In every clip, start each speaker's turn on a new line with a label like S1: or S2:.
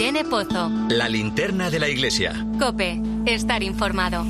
S1: Irene Pozo.
S2: La linterna de la iglesia.
S1: COPE. Estar informado.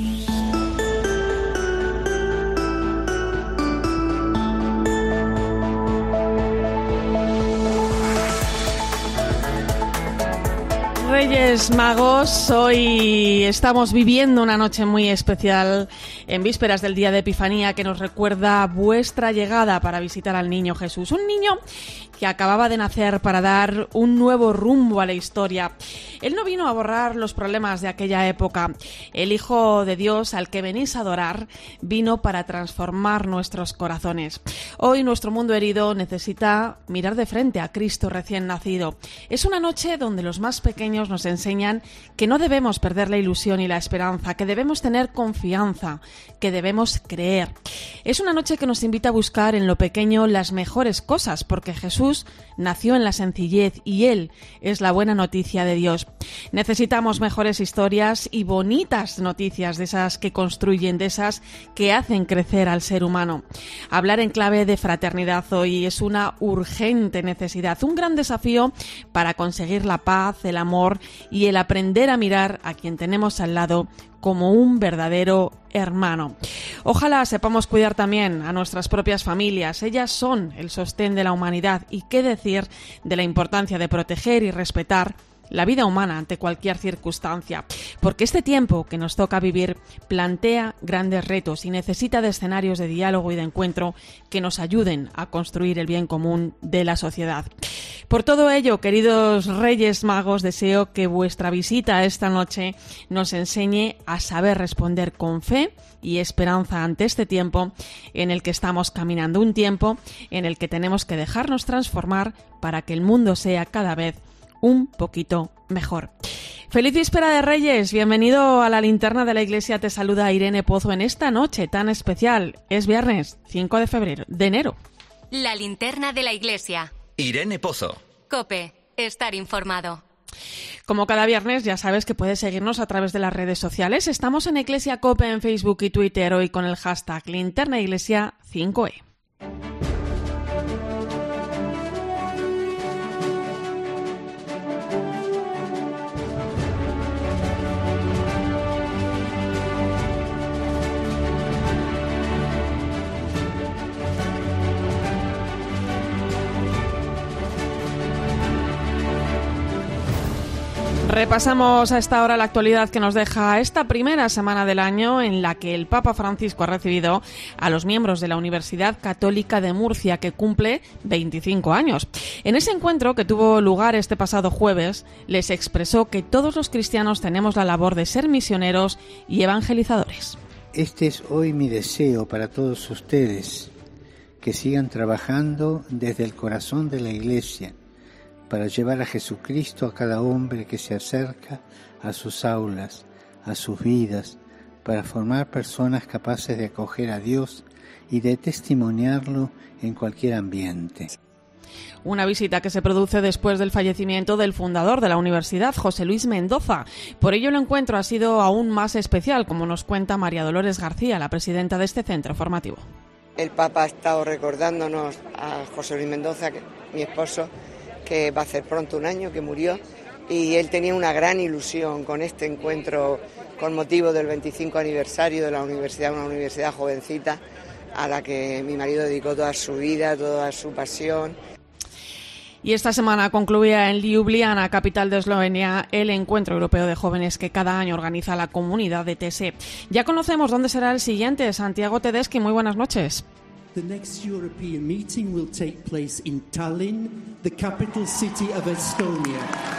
S3: Reyes Magos, hoy estamos viviendo una noche muy especial en vísperas del día de Epifanía que nos recuerda vuestra llegada para visitar al niño Jesús, un niño que acababa de nacer para dar un nuevo rumbo a la historia. Él no vino a borrar los problemas de aquella época. El Hijo de Dios al que venís a adorar vino para transformar nuestros corazones. Hoy nuestro mundo herido necesita mirar de frente a Cristo recién nacido. Es una noche donde los más pequeños nos enseñan que no debemos perder la ilusión y la esperanza, que debemos tener confianza, que debemos creer. Es una noche que nos invita a buscar en lo pequeño las mejores cosas, porque Jesús nació en la sencillez y Él es la buena noticia de Dios. Necesitamos mejores historias y bonitas noticias, de esas que construyen, de esas que hacen crecer al ser humano. Hablar en clave de fraternidad hoy es una urgente necesidad, un gran desafío para conseguir la paz, el amor y el aprender a mirar a quien tenemos al lado como un verdadero hermano. Ojalá sepamos cuidar también a nuestras propias familias. Ellas son el sostén de la humanidad. Y qué decir de la importancia de proteger y respetar la vida humana ante cualquier circunstancia, porque este tiempo que nos toca vivir plantea grandes retos y necesita de escenarios de diálogo y de encuentro que nos ayuden a construir el bien común de la sociedad. Por todo ello, queridos Reyes Magos, deseo que vuestra visita esta noche nos enseñe a saber responder con fe y esperanza ante este tiempo en el que estamos caminando, un tiempo en el que tenemos que dejarnos transformar para que el mundo sea cada vez un poquito mejor. Feliz víspera de Reyes, bienvenido a la linterna de la iglesia, te saluda Irene Pozo en esta noche tan especial. Es viernes 5 de enero.
S1: La linterna de la iglesia.
S2: Irene Pozo.
S1: COPE, estar informado.
S3: Como cada viernes, ya sabes que puedes seguirnos a través de las redes sociales. Estamos en Iglesia COPE en Facebook y Twitter, hoy con el hashtag linternaiglesia 5E. Repasamos a esta hora la actualidad que nos deja esta primera semana del año en la que el Papa Francisco ha recibido a los miembros de la Universidad Católica de Murcia, que cumple 25 años. En ese encuentro, que tuvo lugar este pasado jueves, les expresó que todos los cristianos tenemos la labor de ser misioneros y evangelizadores.
S4: Este es hoy mi deseo para todos ustedes, que sigan trabajando desde el corazón de la Iglesia, para llevar a Jesucristo a cada hombre que se acerca a sus aulas, a sus vidas, para formar personas capaces de acoger a Dios y de testimoniarlo en cualquier ambiente.
S3: Una visita que se produce después del fallecimiento del fundador de la universidad, José Luis Mendoza. Por ello el encuentro ha sido aún más especial, como nos cuenta María Dolores García, la presidenta de este centro formativo.
S5: El Papa ha estado recordándonos a José Luis Mendoza, mi esposo, que va a hacer pronto un año que murió, y él tenía una gran ilusión con este encuentro con motivo del 25 aniversario de la universidad, una universidad jovencita a la que mi marido dedicó toda su vida, toda su pasión.
S3: Y esta semana concluía en Ljubljana, capital de Eslovenia, el Encuentro Europeo de Jóvenes que cada año organiza la comunidad de ETS. Ya conocemos dónde será el siguiente. Santiago Tedeschi, muy buenas noches.
S6: The next European meeting will take place in Tallinn, the capital city of Estonia.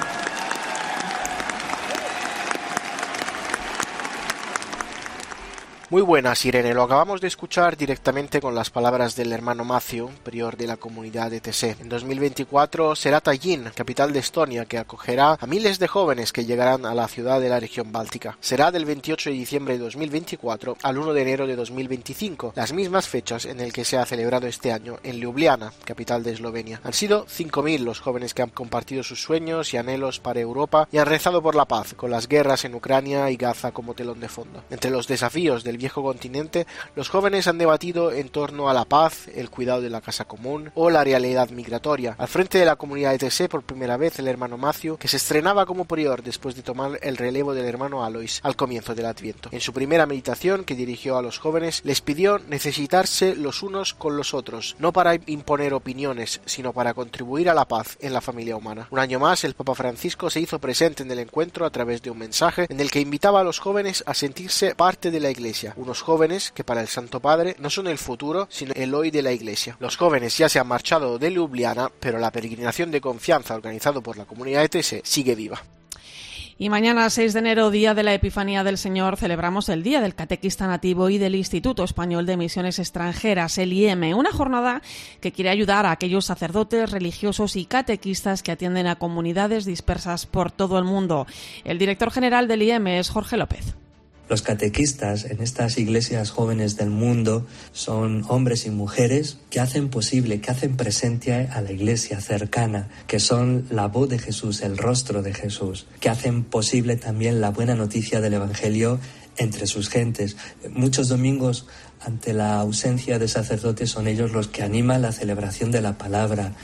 S7: Muy buenas, Irene. Lo acabamos de escuchar directamente con las palabras del hermano Matthew, prior de la comunidad de ETC. En 2024 será Tallinn, capital de Estonia, que acogerá a miles de jóvenes que llegarán a la ciudad de la región báltica. Será del 28 de diciembre de 2024 al 1 de enero de 2025, las mismas fechas en el que se ha celebrado este año en Ljubljana, capital de Eslovenia. Han sido 5.000 los jóvenes que han compartido sus sueños y anhelos para Europa y han rezado por la paz, con las guerras en Ucrania y Gaza como telón de fondo. Entre los desafíos del viejo continente, los jóvenes han debatido en torno a la paz, el cuidado de la casa común o la realidad migratoria. Al frente de la comunidad ETC, por primera vez, el hermano Matthew, que se estrenaba como prior después de tomar el relevo del hermano Alois al comienzo del Adviento. En su primera meditación, que dirigió a los jóvenes, les pidió necesitarse los unos con los otros, no para imponer opiniones, sino para contribuir a la paz en la familia humana. Un año más, el Papa Francisco se hizo presente en el encuentro a través de un mensaje en el que invitaba a los jóvenes a sentirse parte de la Iglesia, unos jóvenes que para el Santo Padre no son el futuro, sino el hoy de la Iglesia. Los jóvenes ya se han marchado de Ljubljana, pero la peregrinación de confianza organizado por la comunidad ETS sigue viva.
S3: Y mañana, 6 de enero, día de la Epifanía del Señor, celebramos el Día del Catequista Nativo y del Instituto Español de Misiones Extranjeras, el IEM, una jornada que quiere ayudar a aquellos sacerdotes, religiosos y catequistas que atienden a comunidades dispersas por todo el mundo. El director general del IEM es Jorge López.
S8: Los catequistas en estas iglesias jóvenes del mundo son hombres y mujeres que hacen posible, que hacen presente a la iglesia cercana, que son la voz de Jesús, el rostro de Jesús, que hacen posible también la buena noticia del Evangelio entre sus gentes. Muchos domingos, ante la ausencia de sacerdotes, son ellos los que animan la celebración de la palabra.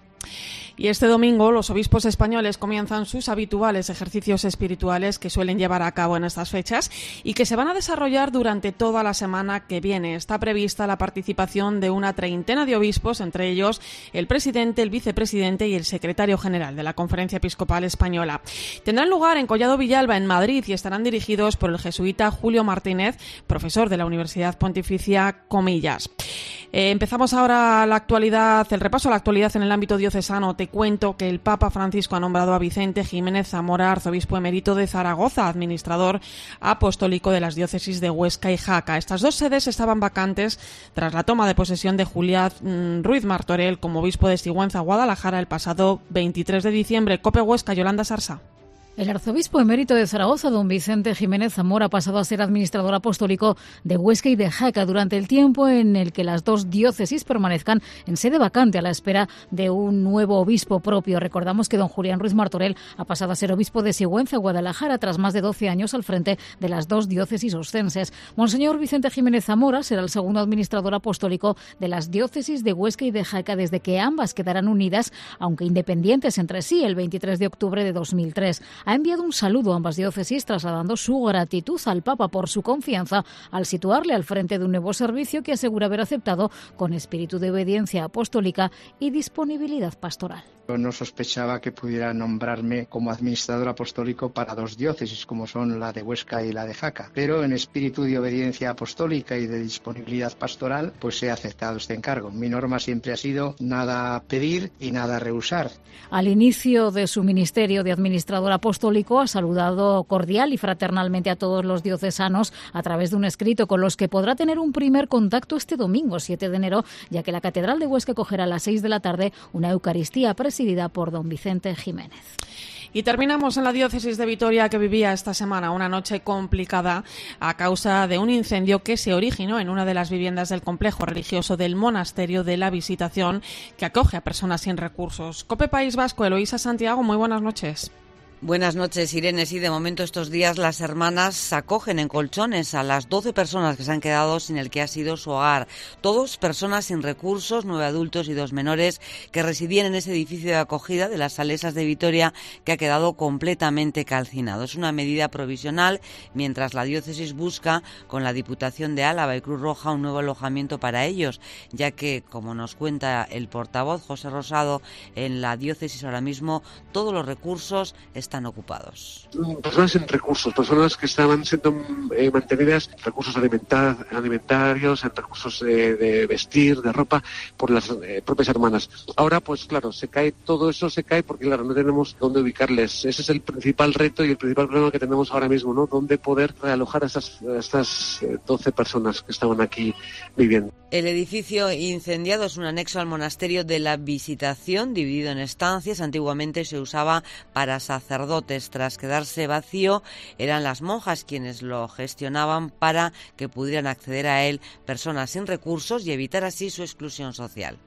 S3: Y este domingo los obispos españoles comienzan sus habituales ejercicios espirituales que suelen llevar a cabo en estas fechas y que se van a desarrollar durante toda la semana que viene. Está prevista la participación de una treintena de obispos, entre ellos el presidente, el vicepresidente y el secretario general de la Conferencia Episcopal Española. Tendrán lugar en Collado Villalba, en Madrid, y estarán dirigidos por el jesuita Julio Martínez, profesor de la Universidad Pontificia Comillas. Empezamos ahora la actualidad, el repaso a la actualidad en el ámbito diocesano. Te cuento que el Papa Francisco ha nombrado a Vicente Jiménez Zamora, arzobispo emérito de Zaragoza, administrador apostólico de las diócesis de Huesca y Jaca. Estas dos sedes estaban vacantes tras la toma de posesión de Julián Ruiz Martorell como obispo de Sigüenza, Guadalajara, el pasado 23 de diciembre. COPE Huesca, Yolanda Sarsa.
S9: El arzobispo emérito de Zaragoza, don Vicente Jiménez Zamora, ha pasado a ser administrador apostólico de Huesca y de Jaca durante el tiempo en el que las dos diócesis permanezcan en sede vacante a la espera de un nuevo obispo propio. Recordamos que don Julián Ruiz Martorell ha pasado a ser obispo de Sigüenza, Guadalajara, tras más de 12 años al frente de las dos diócesis oscenses. Monseñor Vicente Jiménez Zamora será el segundo administrador apostólico de las diócesis de Huesca y de Jaca desde que ambas quedarán unidas, aunque independientes entre sí, el 23 de octubre de 2003. Ha enviado un saludo a ambas diócesis trasladando su gratitud al Papa por su confianza al situarle al frente de un nuevo servicio que asegura haber aceptado con espíritu de obediencia apostólica y disponibilidad pastoral.
S10: No sospechaba que pudiera nombrarme como administrador apostólico para dos diócesis, como son la de Huesca y la de Jaca. Pero en espíritu de obediencia apostólica y de disponibilidad pastoral, pues he aceptado este encargo. Mi norma siempre ha sido nada pedir y nada rehusar.
S9: Al inicio de su ministerio de administrador apostólico ha saludado cordial y fraternalmente a todos los diocesanos a través de un escrito con los que podrá tener un primer contacto este domingo 7 de enero, ya que la Catedral de Huesca acogerá a las 6 de la tarde una Eucaristía presidida por don Vicente Jiménez.
S3: Y terminamos en la diócesis de Vitoria, que vivía esta semana una noche complicada a causa de un incendio que se originó en una de las viviendas del complejo religioso del Monasterio de la Visitación, que acoge a personas sin recursos. COPE País Vasco, Eloísa Santiago, muy buenas noches.
S11: Buenas noches, Irene. Sí, de momento estos días las hermanas acogen en colchones a las 12 personas que se han quedado sin el que ha sido su hogar. Todos personas sin recursos, 9 adultos y 2 menores que residían en ese edificio de acogida de las Salesas de Vitoria, que ha quedado completamente calcinado. Es una medida provisional mientras la diócesis busca con la Diputación de Álava y Cruz Roja un nuevo alojamiento para ellos, ya que, como nos cuenta el portavoz José Rosado, en la diócesis ahora mismo todos los recursos están ocupados.
S12: Personas sin recursos, personas que estaban siendo mantenidas, recursos alimentarios, en recursos de vestir, de ropa, por las propias hermanas. Ahora, pues claro, todo eso se cae porque claro, no tenemos dónde ubicarles. Ese es el principal reto y el principal problema que tenemos ahora mismo, ¿no? Dónde poder realojar a estas 12 personas que estaban aquí viviendo.
S11: El edificio incendiado es un anexo al Monasterio de la Visitación, dividido en estancias. Antiguamente se usaba para sacerdotes. Tras quedarse vacío, eran las monjas quienes lo gestionaban para que pudieran acceder a él personas sin recursos y evitar así su exclusión social.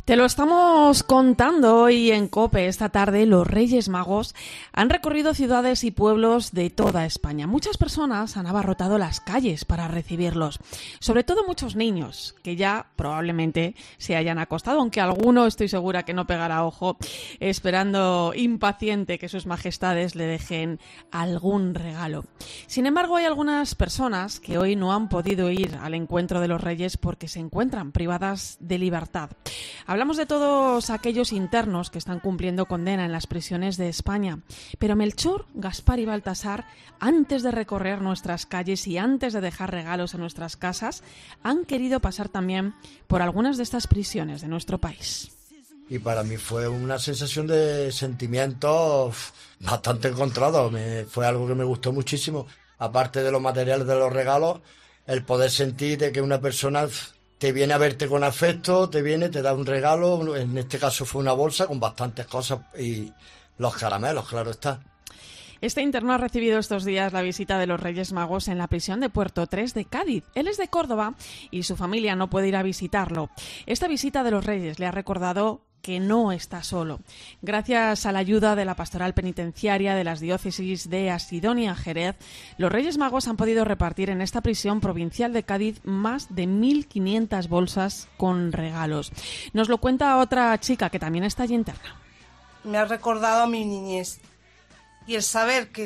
S3: Te lo estamos contando hoy en COPE. Esta tarde los Reyes Magos han recorrido ciudades y pueblos de toda España. Muchas personas han abarrotado las calles para recibirlos, sobre todo muchos niños que ya probablemente se hayan acostado, aunque alguno estoy segura que no pegará ojo, esperando impaciente que sus majestades le dejen algún regalo. Sin embargo, hay algunas personas que hoy no han podido ir al encuentro de los Reyes porque se encuentran privadas de libertad. Hablamos de todos aquellos internos que están cumpliendo condena en las prisiones de España. Pero Melchor, Gaspar y Baltasar, antes de recorrer nuestras calles y antes de dejar regalos en nuestras casas, han querido pasar también por algunas de estas prisiones de nuestro país.
S13: Y para mí fue una sensación de sentimientos bastante encontrados. Fue algo que me gustó muchísimo. Aparte de los materiales de los regalos, el poder sentir de que una persona te viene a verte con afecto, te da un regalo, en este caso fue una bolsa con bastantes cosas y los caramelos, claro está.
S3: Este interno ha recibido estos días la visita de los Reyes Magos en la prisión de Puerto 3 de Cádiz. Él es de Córdoba y su familia no puede ir a visitarlo. Esta visita de los Reyes le ha recordado que no está solo. Gracias a la ayuda de la Pastoral Penitenciaria de las diócesis de Asidonia y Jerez, los Reyes Magos han podido repartir en esta prisión provincial de Cádiz más de 1.500 bolsas con regalos. Nos lo cuenta otra chica que también está allí interna.
S14: Me ha recordado a mi niñez y el saber que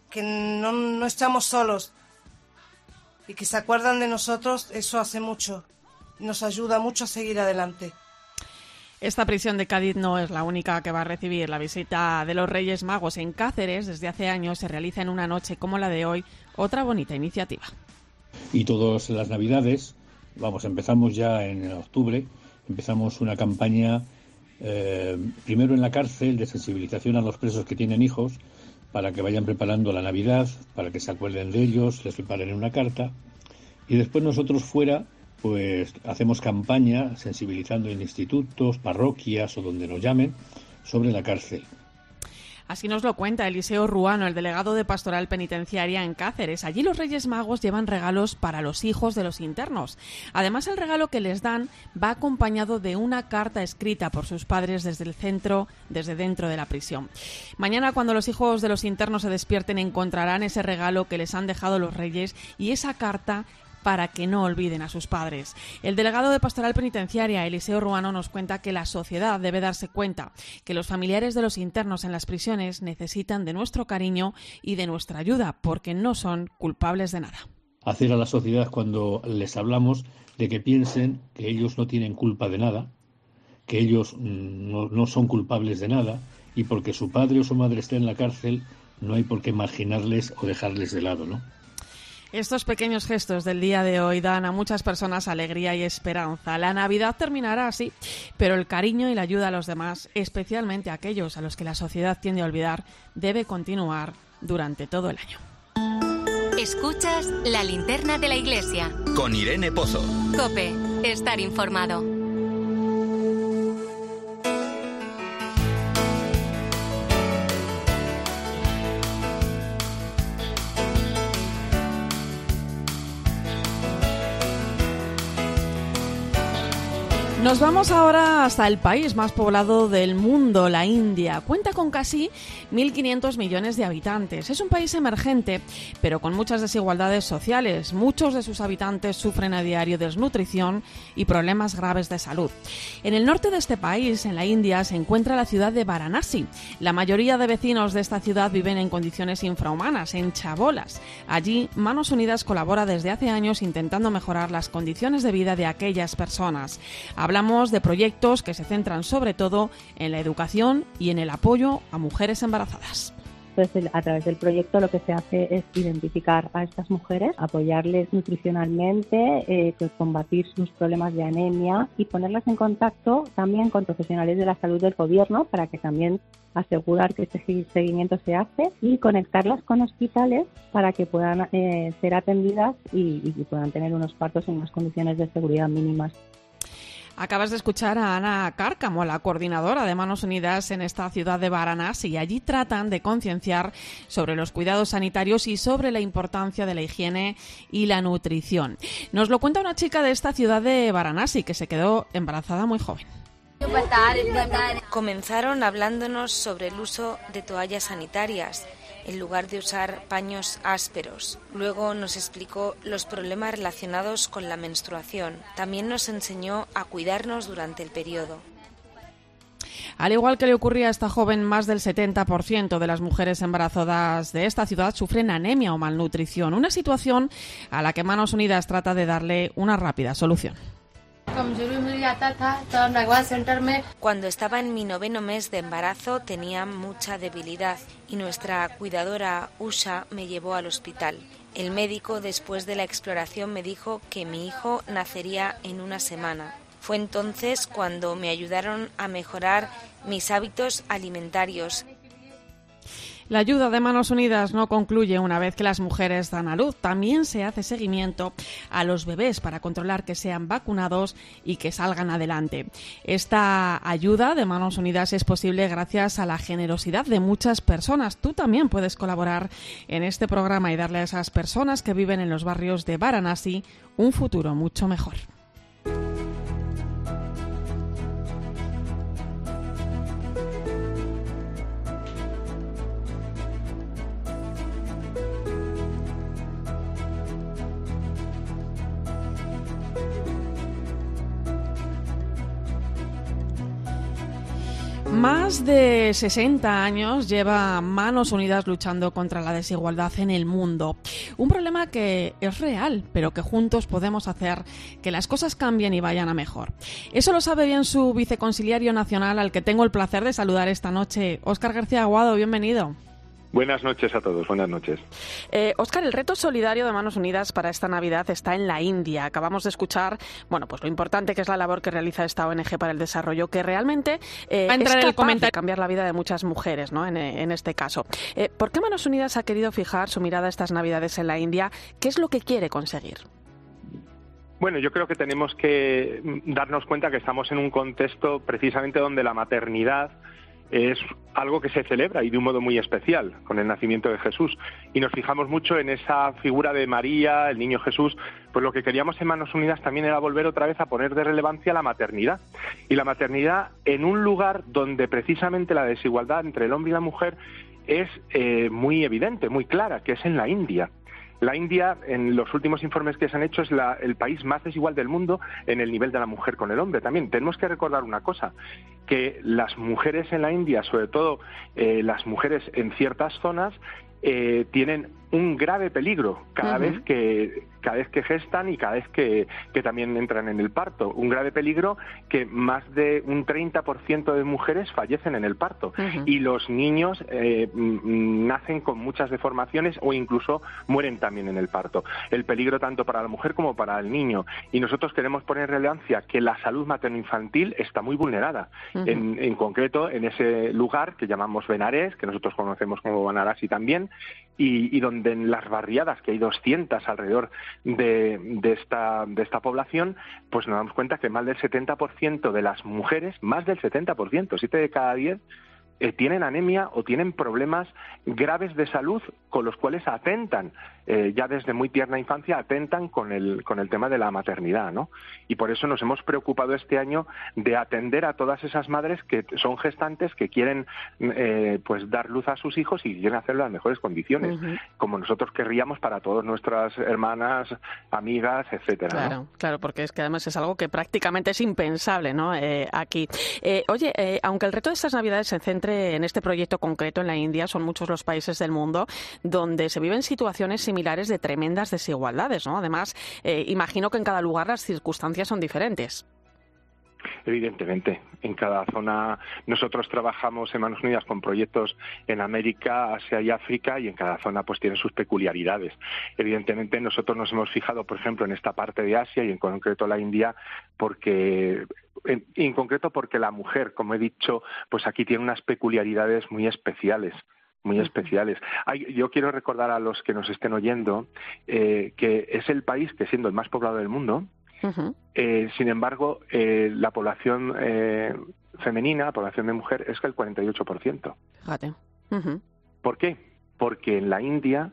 S14: no estamos solos y que se acuerdan de nosotros, eso hace mucho y nos ayuda mucho a seguir adelante.
S3: Esta prisión de Cádiz no es la única que va a recibir la visita de los Reyes Magos. En Cáceres, desde hace años, se realiza en una noche como la de hoy otra bonita iniciativa.
S15: Y todas las Navidades, empezamos ya en octubre, empezamos una campaña, primero en la cárcel, de sensibilización a los presos que tienen hijos, para que vayan preparando la Navidad, para que se acuerden de ellos, les preparen una carta. Y después nosotros fuera, pues hacemos campaña sensibilizando en institutos, parroquias o donde nos llamen sobre la cárcel.
S3: Así nos lo cuenta Eliseo Ruano, el delegado de Pastoral Penitenciaria en Cáceres. Allí los Reyes Magos llevan regalos para los hijos de los internos. Además, el regalo que les dan va acompañado de una carta escrita por sus padres desde dentro de la prisión. Mañana, cuando los hijos de los internos se despierten, encontrarán ese regalo que les han dejado los Reyes y esa carta para que no olviden a sus padres. El delegado de Pastoral Penitenciaria, Eliseo Ruano, nos cuenta que la sociedad debe darse cuenta que los familiares de los internos en las prisiones necesitan de nuestro cariño y de nuestra ayuda, porque no son culpables de nada.
S15: Hacer a la sociedad, cuando les hablamos, de que piensen que ellos no tienen culpa de nada, que ellos no son culpables de nada, y porque su padre o su madre esté en la cárcel, no hay por qué marginarles o dejarles de lado, ¿no?
S3: Estos pequeños gestos del día de hoy dan a muchas personas alegría y esperanza. La Navidad terminará así, pero el cariño y la ayuda a los demás, especialmente a aquellos a los que la sociedad tiende a olvidar, debe continuar durante todo el año.
S1: Escuchas la linterna de la Iglesia.
S2: Con Irene Pozo.
S1: COPE. Estar informado.
S3: Nos vamos ahora hasta el país más poblado del mundo, la India. Cuenta con casi 1.500 millones de habitantes. Es un país emergente, pero con muchas desigualdades sociales. Muchos de sus habitantes sufren a diario desnutrición y problemas graves de salud. En el norte de este país, en la India, se encuentra la ciudad de Varanasi. La mayoría de vecinos de esta ciudad viven en condiciones infrahumanas, en chabolas. Allí, Manos Unidas colabora desde hace años intentando mejorar las condiciones de vida de aquellas personas. Hablamos de proyectos que se centran sobre todo en la educación y en el apoyo a mujeres embarazadas.
S16: Entonces, a través del proyecto lo que se hace es identificar a estas mujeres, apoyarles nutricionalmente, combatir sus problemas de anemia y ponerlas en contacto también con profesionales de la salud del gobierno para que también asegurar que este seguimiento se hace y conectarlas con hospitales para que puedan ser atendidas y puedan tener unos partos en unas condiciones de seguridad mínimas.
S3: Acabas de escuchar a Ana Cárcamo, la coordinadora de Manos Unidas en esta ciudad de Varanasi, y allí tratan de concienciar sobre los cuidados sanitarios y sobre la importancia de la higiene y la nutrición. Nos lo cuenta una chica de esta ciudad de Varanasi que se quedó embarazada muy joven.
S17: Comenzaron hablándonos sobre el uso de toallas sanitarias, en lugar de usar paños ásperos. Luego nos explicó los problemas relacionados con la menstruación. También nos enseñó a cuidarnos durante el periodo.
S3: Al igual que le ocurría a esta joven, más del 70% de las mujeres embarazadas de esta ciudad sufren anemia o malnutrición, una situación a la que Manos Unidas trata de darle una rápida solución.
S17: Cuando estaba en mi 9º mes de embarazo tenía mucha debilidad y nuestra cuidadora Usha me llevó al hospital. El médico, después de la exploración, me dijo que mi hijo nacería en una semana. Fue entonces cuando me ayudaron a mejorar mis hábitos alimentarios.
S3: La ayuda de Manos Unidas no concluye una vez que las mujeres dan a luz. También se hace seguimiento a los bebés para controlar que sean vacunados y que salgan adelante. Esta ayuda de Manos Unidas es posible gracias a la generosidad de muchas personas. Tú también puedes colaborar en este programa y darle a esas personas que viven en los barrios de Varanasi un futuro mucho mejor. Más de 60 años lleva Manos Unidas luchando contra la desigualdad en el mundo. Un problema que es real, pero que juntos podemos hacer que las cosas cambien y vayan a mejor. Eso lo sabe bien su viceconsiliario nacional, al que tengo el placer de saludar esta noche. Óscar García Aguado, bienvenido.
S18: Buenas noches a todos, buenas noches.
S3: Óscar, el reto solidario de Manos Unidas para esta Navidad está en la India. Acabamos de escuchar, pues lo importante que es la labor que realiza esta ONG para el desarrollo, que realmente es capaz de cambiar la vida de muchas mujeres, ¿no? En este caso. ¿Por qué Manos Unidas ha querido fijar su mirada estas Navidades en la India? ¿Qué es lo que quiere conseguir?
S18: Bueno, yo creo que tenemos que darnos cuenta que estamos en un contexto precisamente donde la maternidad es algo que se celebra y de un modo muy especial con el nacimiento de Jesús, y nos fijamos mucho en esa figura de María, el niño Jesús. Pues lo que queríamos en Manos Unidas también era volver otra vez a poner de relevancia la maternidad, y la maternidad en un lugar donde precisamente la desigualdad entre el hombre y la mujer es muy evidente, muy clara, que es en la India. La India, en los últimos informes que se han hecho, es el país más desigual del mundo en el nivel de la mujer con el hombre. También tenemos que recordar una cosa, que las mujeres en la India, sobre todo las mujeres en ciertas zonas, tienen un grave peligro cada vez que gestan y cada vez que también entran en el parto. Un grave peligro que más de un 30% de mujeres fallecen en el parto. Y los niños nacen con muchas deformaciones o incluso mueren también en el parto. El peligro tanto para la mujer como para el niño. Y nosotros queremos poner en relevancia que la salud materno-infantil está muy vulnerada. En concreto, en ese lugar que llamamos Benares, que nosotros conocemos como Varanasi también, y donde en las barriadas, que hay 200 alrededor de esta población, pues nos damos cuenta que más del 70% de las mujeres, más del 70%, 7 de cada 10, tienen anemia o tienen problemas graves de salud con los cuales atentan, ya desde muy tierna infancia, atentan con el tema de la maternidad, ¿no? Y por eso nos hemos preocupado este año de atender a todas esas madres que son gestantes, que quieren pues dar luz a sus hijos y quieren hacerlo en las mejores condiciones, como nosotros querríamos para todas nuestras hermanas, amigas, etcétera.
S3: Claro, ¿no? Claro, porque es que además es algo que prácticamente es impensable, ¿no? Aquí. Oye, aunque el reto de estas Navidades se centre en este proyecto concreto en la India, son muchos los países del mundo donde se viven situaciones similares de tremendas desigualdades, ¿no? Además, imagino que en cada lugar las circunstancias son diferentes.
S18: Evidentemente, en cada zona nosotros trabajamos en Manos Unidas con proyectos en América, Asia y África, y en cada zona pues tiene sus peculiaridades. Evidentemente nosotros nos hemos fijado, por ejemplo, en esta parte de Asia y en concreto la India, porque la mujer, como he dicho, pues aquí tiene unas peculiaridades muy especiales. Yo quiero recordar a los que nos estén oyendo que es el país que, siendo el más poblado del mundo, sin embargo, la población femenina, la población de mujer, es que el 48%.
S3: Fíjate.
S18: ¿Por qué? Porque en la India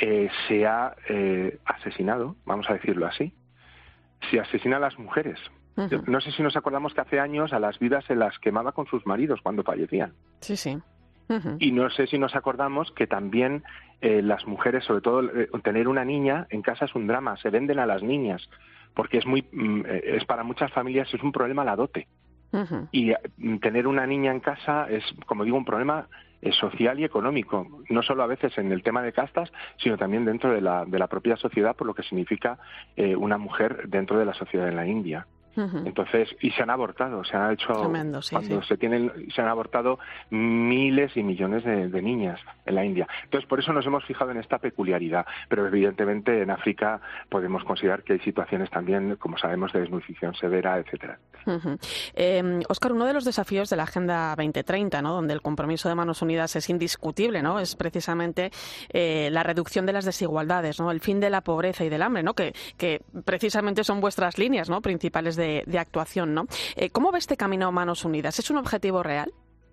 S18: se ha asesinado, vamos a decirlo así, se asesina a las mujeres No sé si nos acordamos que hace años a las viudas se las quemaba con sus maridos cuando fallecían.
S3: Sí, sí.
S18: Y no sé si nos acordamos que también las mujeres, sobre todo tener una niña en casa es un drama, se venden a las niñas, porque es para muchas familias es un problema la dote. Y tener una niña en casa es, como digo, un problema social y económico, no solo a veces en el tema de castas, sino también dentro de la propia sociedad, por lo que significa una mujer dentro de la sociedad en la India. Entonces, y se han abortado, se han hecho
S3: tremendo, sí,
S18: cuando
S3: sí.
S18: se han abortado miles y millones de niñas en la India. Entonces, por eso nos hemos fijado en esta peculiaridad, pero evidentemente en África podemos considerar que hay situaciones también, como sabemos, de desnutrición severa, etcétera.
S3: Óscar, uno de los desafíos de la Agenda 2030, ¿no?, donde el compromiso de Manos Unidas es indiscutible, ¿no?, es precisamente la reducción de las desigualdades, ¿no?, el fin de la pobreza y del hambre, ¿no?, que precisamente son vuestras líneas, ¿no?, principales de actuación, ¿no? ¿Cómo ve este camino Manos Unidas? ¿Es un objetivo real?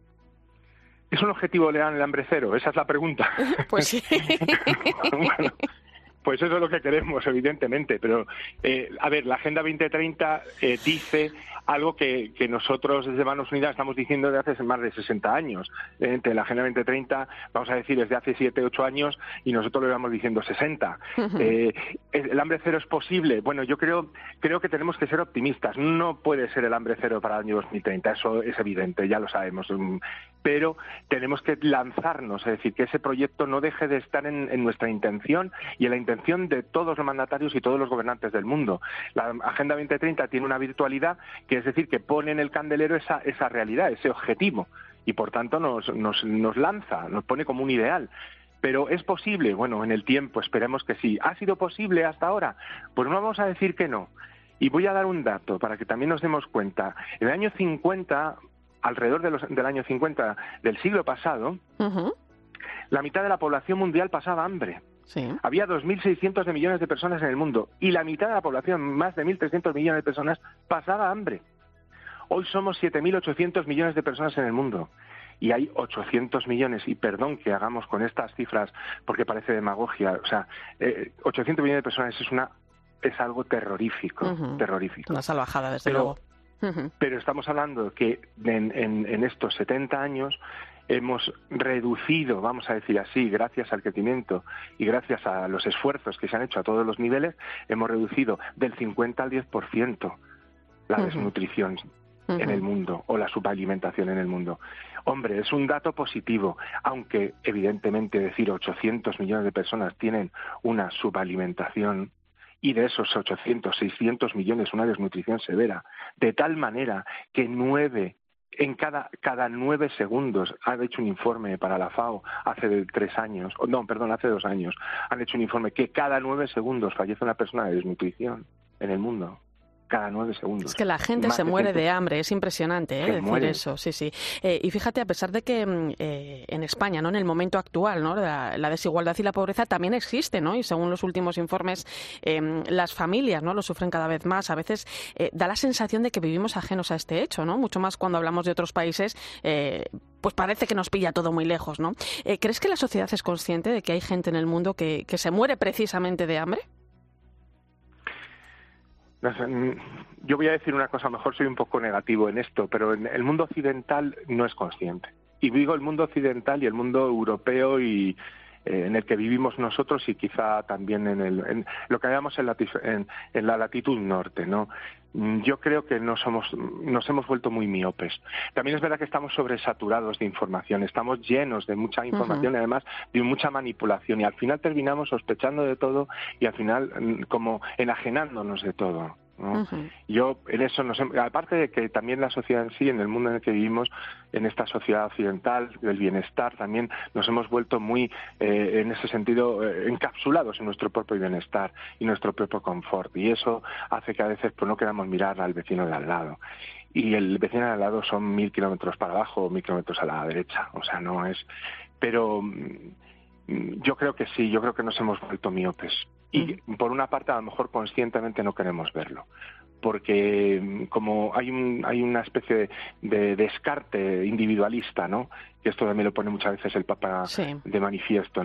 S18: ¿Es un objetivo real el hambre cero? Esa es la pregunta.
S3: Pues sí.
S18: Bueno, pues eso es lo que queremos, evidentemente. Pero, a ver, la Agenda 2030 dice algo que nosotros desde Manos Unidas estamos diciendo desde hace más de 60 años. La Agenda 2030, vamos a decir, desde hace 7, 8 años, y nosotros lo íbamos diciendo 60. ¿El hambre cero es posible? Bueno, yo creo que tenemos que ser optimistas. No puede ser el hambre cero para el año 2030, eso es evidente, ya lo sabemos. Pero tenemos que lanzarnos, es decir, que ese proyecto no deje de estar en nuestra intención y en la intención de todos los mandatarios y todos los gobernantes del mundo. La Agenda 2030 tiene una virtualidad, que es decir, que pone en el candelero esa realidad, ese objetivo, y por tanto nos lanza, nos pone como un ideal. ¿Pero es posible? Bueno, en el tiempo esperemos que sí. ¿Ha sido posible hasta ahora? Pues no vamos a decir que no. Y voy a dar un dato para que también nos demos cuenta. En el año 50, alrededor del año 50 del siglo pasado, la mitad de la población mundial pasaba hambre.
S3: Sí.
S18: Había 2.600 millones de personas en el mundo y la mitad de la población, más de 1.300 millones de personas, pasaba hambre. Hoy somos 7.800 millones de personas en el mundo y hay 800 millones, y perdón que hagamos con estas cifras porque parece demagogia, o sea, 800 millones de personas es algo terrorífico, terrorífico.
S3: Una salvajada, desde luego.
S18: Pero estamos hablando que en estos 70 años hemos reducido, vamos a decir así, gracias al crecimiento y gracias a los esfuerzos que se han hecho a todos los niveles, hemos reducido del 50 al 10% la desnutrición en el mundo o la subalimentación en el mundo. Hombre, es un dato positivo, aunque evidentemente decir 800 millones de personas tienen una subalimentación y de esos 800, 600 millones una desnutrición severa, de tal manera que cada 9 segundos, ha hecho un informe para la FAO hace 2 años, han hecho un informe que cada 9 segundos fallece una persona de desnutrición en el mundo. Cada 9 segundos.
S3: Es que la gente se muere de hambre, es impresionante decir eso, sí, sí. Y fíjate, a pesar de que en España, ¿no?, en el momento actual, ¿no?, la desigualdad y la pobreza también existe, ¿no?, y según los últimos informes, las familias, ¿no?, lo sufren cada vez más. A veces da la sensación de que vivimos ajenos a este hecho, ¿no?, mucho más cuando hablamos de otros países, pues parece que nos pilla todo muy lejos, ¿no? ¿Crees que la sociedad es consciente de que hay gente en el mundo que se muere precisamente de hambre?
S18: Yo voy a decir una cosa, a lo mejor soy un poco negativo en esto, pero en el mundo occidental no es consciente. Y digo el mundo occidental y el mundo europeo y en el que vivimos nosotros y quizá también en lo que llamamos en la latitud norte, ¿no? Yo creo que nos hemos vuelto muy miopes. También es verdad que estamos sobresaturados de información, estamos llenos de mucha información y además de mucha manipulación, y al final terminamos sospechando de todo y al final como enajenándonos de todo, ¿no? Yo en eso aparte de que también la sociedad en sí, en el mundo en el que vivimos, en esta sociedad occidental del bienestar, también nos hemos vuelto muy en ese sentido encapsulados en nuestro propio bienestar y nuestro propio confort, y eso hace que a veces pues no queramos mirar al vecino de al lado, y el vecino de al lado son 1000 kilómetros para abajo o 1000 kilómetros a la derecha, o sea, no es, pero yo creo que sí, yo creo que nos hemos vuelto miopes. Y por una parte a lo mejor conscientemente no queremos verlo, porque como hay una especie de descarte individualista, ¿no?, que esto también lo pone muchas veces el Papa de manifiesto, ¿no?,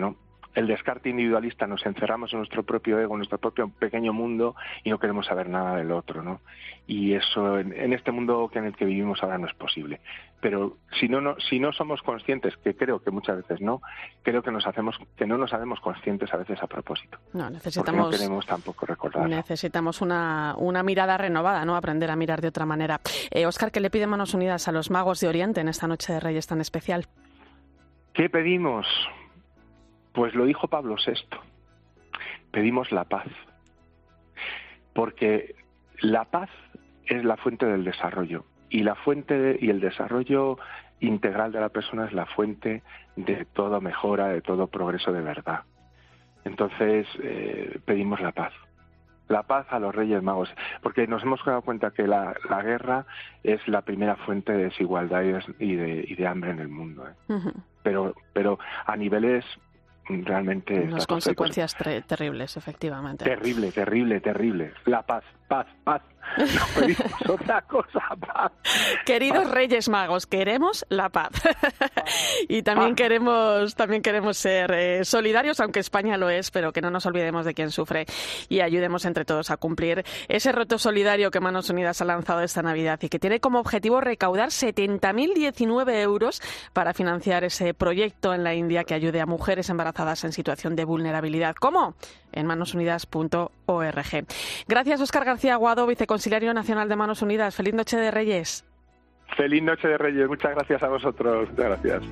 S18: el descarte individualista, nos encerramos en nuestro propio ego, en nuestro propio pequeño mundo y no queremos saber nada del otro, ¿no? Y eso en este mundo en el que vivimos ahora no es posible. Pero si no somos conscientes, que creo que muchas veces no, creo que no nos hacemos conscientes a veces a propósito.
S3: No, necesitamos,
S18: porque no queremos tampoco recordar.
S3: Necesitamos una mirada renovada, ¿no? Aprender a mirar de otra manera. Óscar, ¿qué le pide Manos Unidas a los magos de Oriente en esta noche de Reyes tan especial?
S18: ¿Qué pedimos? Pues lo dijo Pablo VI. Pedimos la paz. Porque la paz es la fuente del desarrollo. Y la fuente y el desarrollo integral de la persona es la fuente de toda mejora, de todo progreso de verdad. Entonces, pedimos la paz. La paz a los Reyes Magos, porque nos hemos dado cuenta que la guerra es la primera fuente de desigualdad y de hambre en el mundo.
S3: Uh-huh.
S18: Pero a niveles realmente...
S3: Unas consecuencias terribles, efectivamente.
S18: Terrible. La paz. No pedimos otra cosa, paz.
S3: Queridos Reyes Magos, queremos la paz. Y también queremos ser solidarios, aunque España lo es, pero que no nos olvidemos de quien sufre y ayudemos entre todos a cumplir ese reto solidario que Manos Unidas ha lanzado esta Navidad y que tiene como objetivo recaudar 70.019 euros para financiar ese proyecto en la India que ayude a mujeres embarazadas en situación de vulnerabilidad. ¿Cómo? En manosunidas.org. Gracias, Óscar García Aguado, viceconsiliario nacional de Manos Unidas. Feliz Noche de Reyes.
S18: Feliz Noche de Reyes. Muchas gracias a vosotros. Muchas gracias.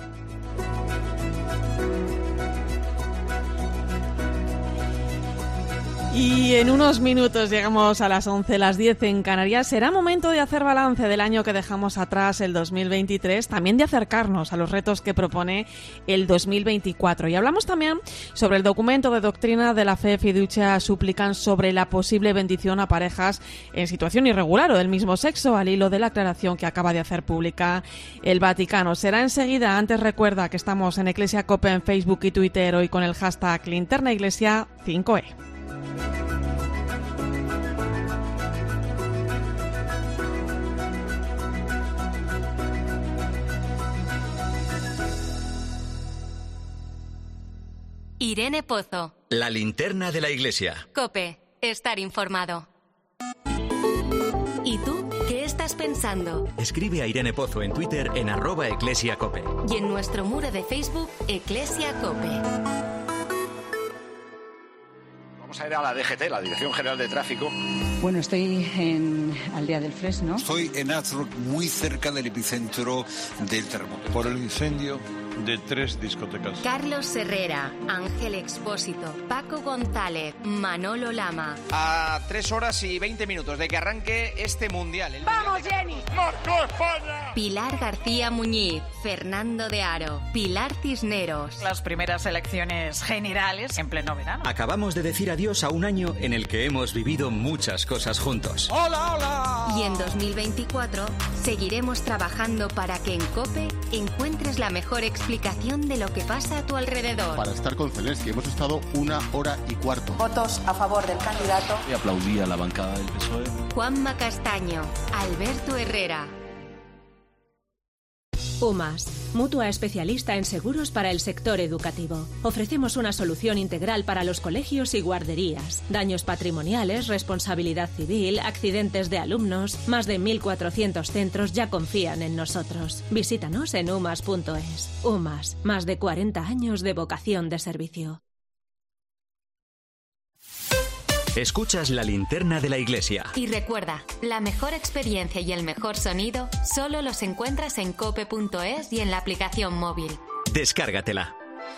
S3: Y en unos minutos llegamos a las 11, las 10 en Canarias. Será momento de hacer balance del año que dejamos atrás, el 2023, también de acercarnos a los retos que propone el 2024. Y hablamos también sobre el documento de doctrina de la fe Fiducia Supplicans sobre la posible bendición a parejas en situación irregular o del mismo sexo, al hilo de la aclaración que acaba de hacer pública el Vaticano. Será enseguida. Antes recuerda que estamos en Iglesia COPE en Facebook y Twitter, hoy con el hashtag Linterna Iglesia 5E.
S1: Irene Pozo.
S2: La linterna de la Iglesia.
S1: COPE. Estar informado. ¿Y tú qué estás pensando?
S2: Escribe a Irene Pozo en Twitter en @eclesiacope.
S1: Y en nuestro muro de Facebook, Eclesia COPE.
S19: Vamos a ir a la DGT, la Dirección General de Tráfico.
S20: Bueno, estoy en Aldea del Fresno.
S21: Estoy en Azrock, muy cerca del epicentro del terremoto.
S22: Por el incendio de 3 discotecas.
S1: Carlos Herrera, Ángel Expósito, Paco González, Manolo Lama.
S19: A 3 horas y 20 minutos de que arranque este mundial.
S1: ¡Vamos, Jenny! ¡Marcó España! Pilar García Muñiz, Fernando de Aro, Pilar Cisneros.
S23: Las primeras elecciones generales en pleno verano.
S2: Acabamos de decir adiós a un año en el que hemos vivido muchas cosas juntos.
S19: ¡Hola, hola!
S1: Y en 2024 seguiremos trabajando para que en COPE encuentres la mejor explicación de lo que pasa a tu alrededor.
S24: Para estar con Zelensky hemos estado 1 hora y cuarto.
S20: Votos a favor del candidato.
S24: Y aplaudí a la bancada del PSOE.
S1: Juanma Castaño, Alberto Herrera.
S25: UMAS, mutua especialista en seguros para el sector educativo. Ofrecemos una solución integral para los colegios y guarderías. Daños patrimoniales, responsabilidad civil, accidentes de alumnos. Más de 1.400 centros ya confían en nosotros. Visítanos en umas.es. UMAS, más de 40 años de vocación de servicio.
S2: Escuchas la linterna de la Iglesia.
S1: Y recuerda, la mejor experiencia y el mejor sonido solo los encuentras en cope.es y en la aplicación móvil.
S2: Descárgatela.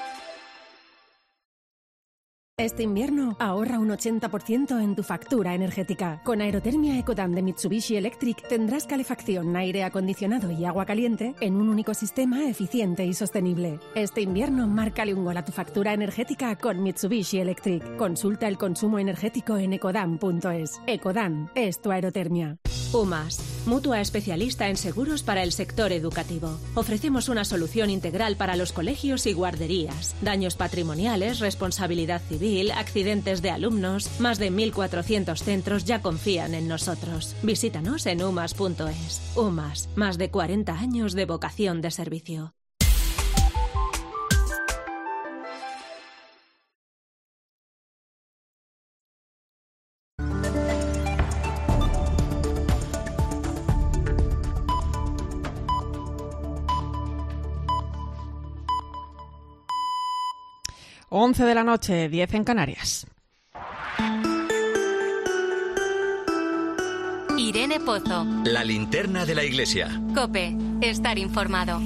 S25: Este invierno ahorra un 80% en tu factura energética. Con Aerotermia Ecodan de Mitsubishi Electric tendrás calefacción, aire acondicionado y agua caliente en un único sistema eficiente y sostenible. Este invierno márcale un gol a tu factura energética con Mitsubishi Electric. Consulta el consumo energético en ecodan.es. Ecodan es tu aerotermia. UMAS, mutua especialista en seguros para el sector educativo. Ofrecemos una solución integral para los colegios y guarderías. Daños patrimoniales, responsabilidad civil, accidentes de alumnos. Más de 1.400 centros ya confían en nosotros. Visítanos en umas.es. UMAS, más de 40 años de vocación de servicio.
S3: 11 de la noche, 10 en Canarias.
S1: Irene Pozo.
S2: La linterna de la iglesia.
S1: COPE. Estar informado.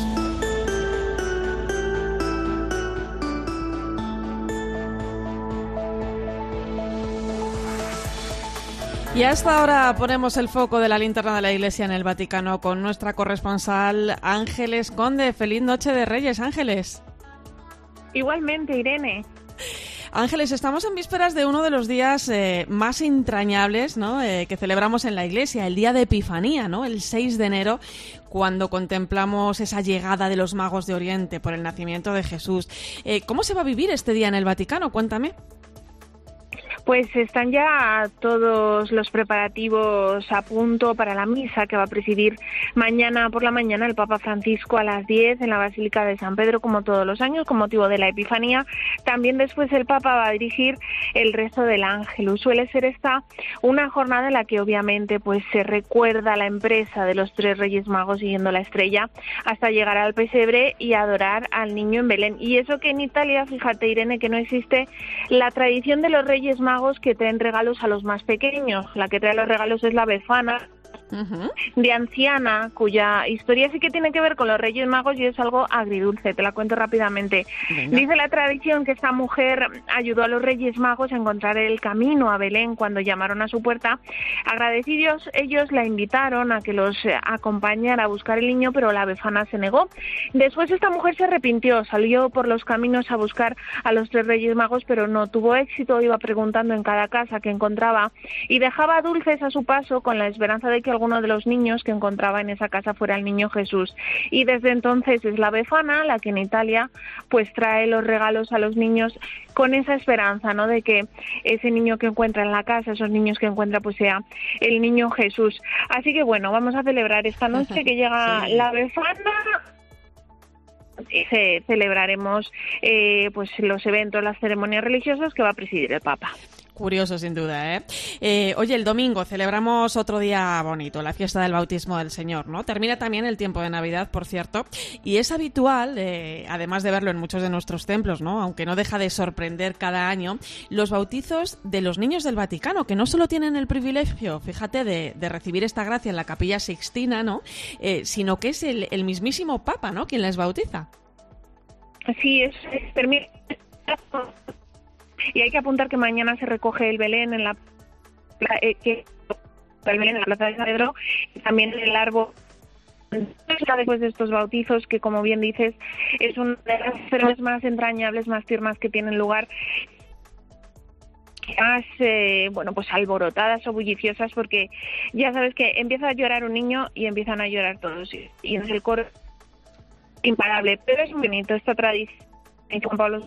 S3: Y hasta ahora ponemos el foco de la linterna de la iglesia en el Vaticano con nuestra corresponsal Ángeles Conde. Feliz noche de Reyes, Ángeles.
S4: Igualmente, Irene.
S3: Ángeles, estamos en vísperas de uno de los días más entrañables, ¿no? Que celebramos en la Iglesia, el día de Epifanía, ¿no? El 6 de enero, cuando contemplamos esa llegada de los magos de Oriente por el nacimiento de Jesús. ¿Cómo se va a vivir este día en el Vaticano? Cuéntame.
S4: Pues están ya todos los preparativos a punto para la misa que va a presidir mañana por la mañana el Papa Francisco a las 10 en la Basílica de San Pedro, como todos los años, con motivo de la Epifanía. También después el Papa va a dirigir el resto del Ángelus. Suele ser esta una jornada en la que obviamente pues se recuerda la empresa de los 3 Reyes Magos siguiendo la estrella hasta llegar al pesebre y adorar al niño en Belén. Y eso que en Italia, fíjate, Irene, que no existe la tradición de los Reyes Magos que traen regalos a los más pequeños. La que trae los regalos es la Befana, de anciana, cuya historia sí que tiene que ver con los Reyes Magos y es algo agridulce. Te la cuento rápidamente. Venga. Dice la tradición que esta mujer ayudó a los Reyes Magos a encontrar el camino a Belén cuando llamaron a su puerta. Agradecidos, ellos la invitaron a que los acompañara a buscar el niño, pero la Befana se negó. Después esta mujer se arrepintió, salió por los caminos a buscar a los 3 Reyes Magos, pero no tuvo éxito. Iba preguntando en cada casa que encontraba y dejaba dulces a su paso con la esperanza de que alguno de los niños que encontraba en esa casa fuera el niño Jesús. Y desde entonces es la Befana la que en Italia pues trae los regalos a los niños con esa esperanza, ¿no?, de que ese niño que encuentra en la casa, esos niños que encuentra, pues sea el niño Jesús. Así que bueno, vamos a celebrar esta noche que llega la Befana. Celebraremos pues los eventos, las ceremonias religiosas que va a presidir el Papa.
S3: Curioso, sin duda, ¿eh? Oye, el domingo celebramos otro día bonito, la fiesta del bautismo del Señor, ¿no? Termina también el tiempo de Navidad, por cierto, y es habitual, además de verlo en muchos de nuestros templos, ¿no?, aunque no deja de sorprender cada año, los bautizos de los niños del Vaticano, que no solo tienen el privilegio, fíjate, de recibir esta gracia en la Capilla Sixtina, ¿no?, sino que es el mismísimo Papa, ¿no?, quien les bautiza.
S4: Así es, y hay que apuntar que mañana se recoge el Belén en la Plaza de San Pedro y también en el árbol. Después de estos bautizos, que como bien dices es una de las ceremonias más entrañables, más tiernas que tienen lugar, más pues alborotadas o bulliciosas, porque ya sabes que empieza a llorar un niño y empiezan a llorar todos y es el coro imparable. Pero es muy bonito esta tradición. Juan Pablo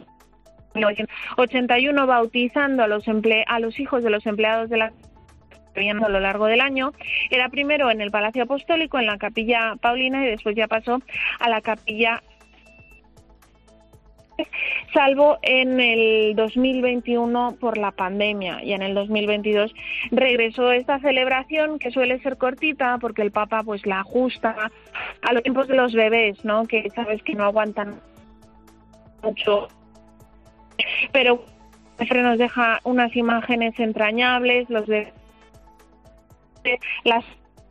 S4: 1981 bautizando a los hijos de los empleados de la a lo largo del año. Era primero en el Palacio Apostólico, en la Capilla Paulina, y después ya pasó a la Capilla, salvo en el 2021 por la pandemia, y en el 2022 regresó esta celebración, que suele ser cortita porque el Papa pues la ajusta a los tiempos de los bebés, ¿no?, que sabes que no aguantan mucho, pero nos deja unas imágenes entrañables, los de las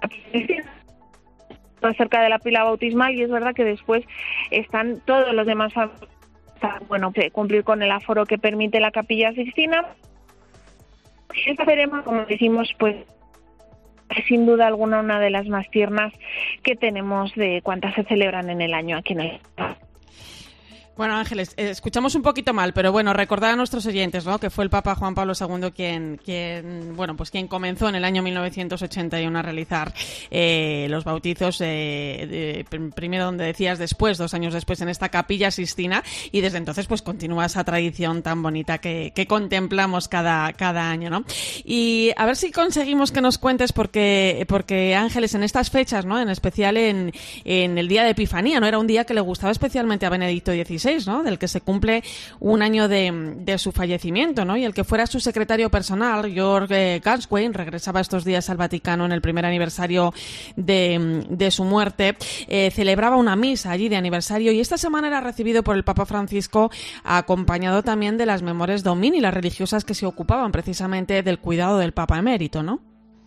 S4: cerca de la pila bautismal, y es verdad que después están todos los demás, cumplir con el aforo que permite la Capilla Sixtina. Esta ceremonia, como decimos, pues es sin duda alguna una de las más tiernas que tenemos de cuantas se celebran en el año aquí en el...
S3: Bueno, Ángeles, escuchamos un poquito mal, pero bueno, recordar a nuestros oyentes, ¿no?, que fue el Papa Juan Pablo II quien comenzó en el año 1981 a realizar los bautizos, primero donde decías, después, 2 años después, en esta Capilla Sixtina, y desde entonces pues continúa esa tradición tan bonita que contemplamos cada año, ¿no? Y a ver si conseguimos que nos cuentes, porque Ángeles, en estas fechas, ¿no?, en especial en el día de Epifanía, ¿no?, era un día que le gustaba especialmente a Benedicto XVI, XVI, ¿no? Del que se cumple un año de su fallecimiento, ¿no? Y el que fuera su secretario personal, George Ganswein, regresaba estos días al Vaticano en el primer aniversario de su muerte, celebraba una misa allí de aniversario y esta semana era recibido por el Papa Francisco, acompañado también de las Memores Domini, las religiosas que se ocupaban precisamente del cuidado del Papa emérito, ¿no?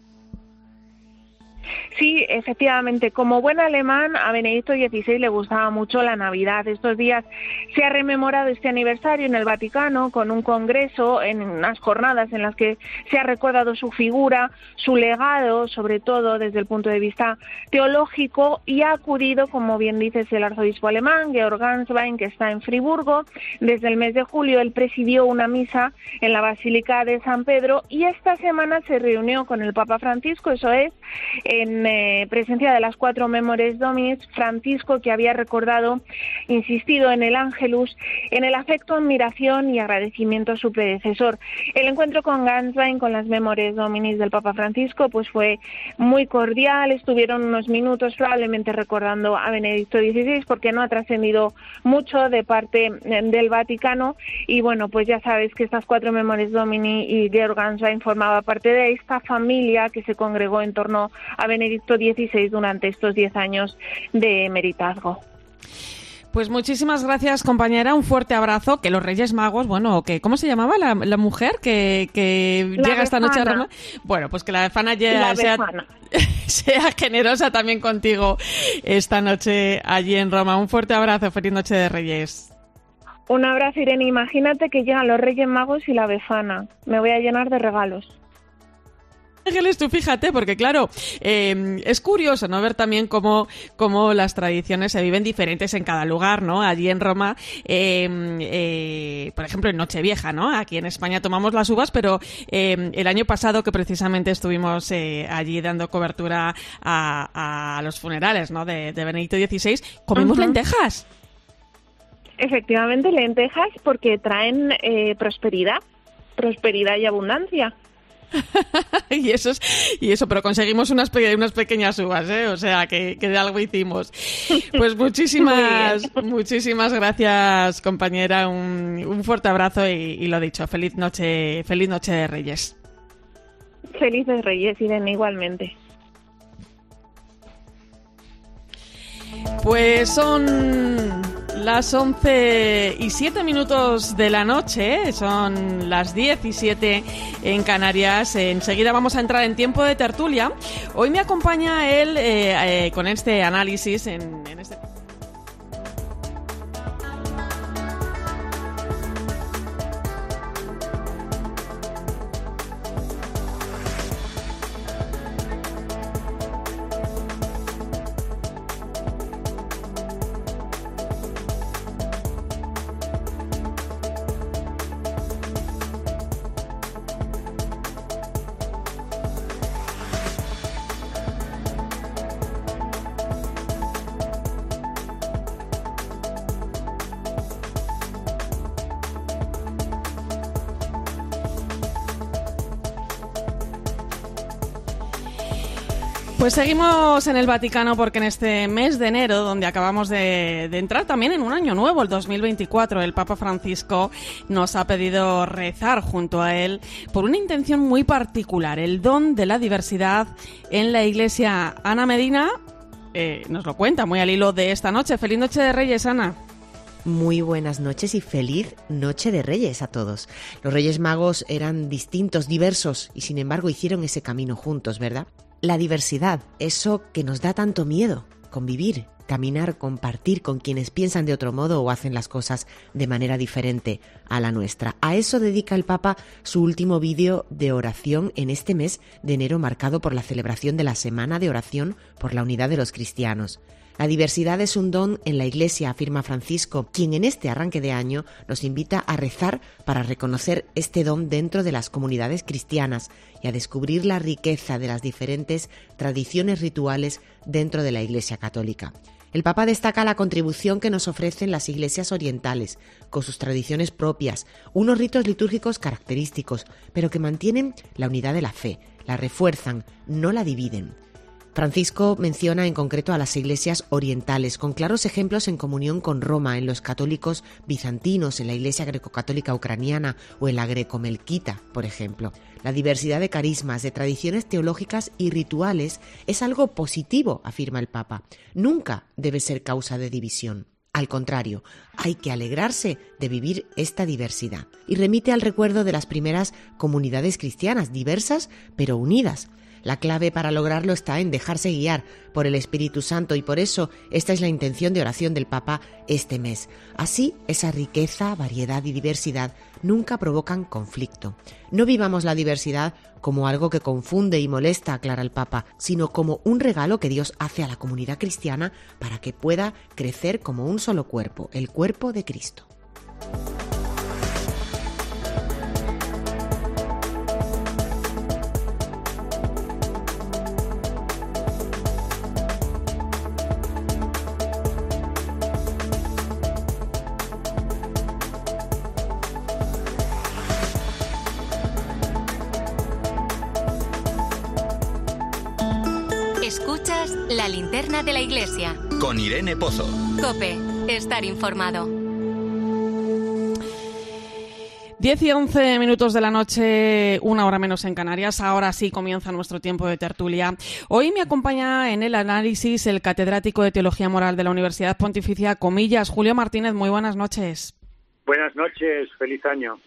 S4: Sí, efectivamente. Como buen alemán, a Benedicto XVI le gustaba mucho la Navidad. Estos días se ha rememorado este aniversario en el Vaticano con un congreso, en unas jornadas en las que se ha recordado su figura, su legado, sobre todo desde el punto de vista teológico, y ha acudido, como bien dices, el arzobispo alemán, Georg Ganswein, que está en Friburgo. Desde el mes de julio él presidió una misa en la Basílica de San Pedro y esta semana se reunió con el Papa Francisco, eso es, en presencia de las 4 Memores Dominis. Francisco, que había recordado, insistido en el Ángelus, en el afecto, admiración y agradecimiento a su predecesor. El encuentro con Ganswein, con las Memores Dominis del Papa Francisco, pues fue muy cordial. Estuvieron unos minutos probablemente recordando a Benedicto XVI, porque no ha trascendido mucho de parte del Vaticano. Y bueno, pues ya sabes que estas 4 Memores Domini y Georg Ganswein formaba parte de esta familia que se congregó en torno a Benedicto XVI durante estos 10 años de emeritazgo.
S3: Pues muchísimas gracias, compañera, un fuerte abrazo. Que los Reyes Magos, bueno, que ¿cómo se llamaba la mujer que llega esta noche a Roma? Bueno, pues que la Befana sea generosa también contigo esta noche allí en Roma. Un fuerte abrazo, feliz noche de Reyes.
S4: Un abrazo, Irene. Imagínate que llegan los Reyes Magos y la Befana. Me voy a llenar de regalos.
S3: Ángeles, tú fíjate, porque claro, es curioso, ¿no? Ver también cómo las tradiciones se viven diferentes en cada lugar, ¿no? Allí en Roma, por ejemplo, en Nochevieja, ¿no? Aquí en España tomamos las uvas, pero el año pasado, que precisamente estuvimos allí dando cobertura a los funerales, ¿no? de Benedicto XVI, comimos lentejas.
S4: Efectivamente, lentejas, porque traen prosperidad y abundancia.
S3: y eso, pero conseguimos unas pequeñas uvas, o sea que de algo hicimos. Pues muchísimas gracias, compañera, un fuerte abrazo y lo dicho, feliz noche de Reyes.
S4: Felices Reyes, Irene, igualmente.
S3: Pues son las 11:07 de la noche, son las 10:07 en Canarias. Enseguida vamos a entrar en tiempo de tertulia. Hoy me acompaña él con este análisis en este... Pues seguimos en el Vaticano porque en este mes de enero, donde acabamos de entrar también en un año nuevo, el 2024, el Papa Francisco nos ha pedido rezar junto a él por una intención muy particular, el don de la diversidad en la Iglesia. Ana Medina nos lo cuenta muy al hilo de esta noche. Feliz noche de Reyes, Ana.
S5: Muy buenas noches y feliz noche de Reyes a todos. Los Reyes Magos eran distintos, diversos y sin embargo hicieron ese camino juntos, ¿verdad? La diversidad, eso que nos da tanto miedo, convivir, caminar, compartir con quienes piensan de otro modo o hacen las cosas de manera diferente a la nuestra. A eso dedica el Papa su último vídeo de oración en este mes de enero, marcado por la celebración de la Semana de Oración por la Unidad de los Cristianos. La diversidad es un don en la Iglesia, afirma Francisco, quien en este arranque de año nos invita a rezar para reconocer este don dentro de las comunidades cristianas y a descubrir la riqueza de las diferentes tradiciones rituales dentro de la Iglesia católica. El Papa destaca la contribución que nos ofrecen las iglesias orientales, con sus tradiciones propias, unos ritos litúrgicos característicos, pero que mantienen la unidad de la fe, la refuerzan, no la dividen. Francisco menciona en concreto a las iglesias orientales, con claros ejemplos en comunión con Roma, en los católicos bizantinos, en la iglesia grecocatólica ucraniana o en la grecomelquita, por ejemplo. La diversidad de carismas, de tradiciones teológicas y rituales es algo positivo, afirma el Papa. Nunca debe ser causa de división. Al contrario, hay que alegrarse de vivir esta diversidad. Y remite al recuerdo de las primeras comunidades cristianas, diversas pero unidas. La clave para lograrlo está en dejarse guiar por el Espíritu Santo y por eso esta es la intención de oración del Papa este mes. Así, esa riqueza, variedad y diversidad nunca provocan conflicto. No vivamos la diversidad como algo que confunde y molesta, aclara el Papa, sino como un regalo que Dios hace a la comunidad cristiana para que pueda crecer como un solo cuerpo, el cuerpo de Cristo.
S1: Escuchas La Linterna de la Iglesia.
S2: Con Irene Pozo.
S1: COPE. Estar informado.
S3: 10 y 11 minutos de la noche, 1 hora menos en Canarias. Ahora sí comienza nuestro tiempo de tertulia. Hoy me acompaña en el análisis el catedrático de Teología Moral de la Universidad Pontificia Comillas, Julio Martínez. Muy buenas noches.
S6: Buenas noches, feliz año.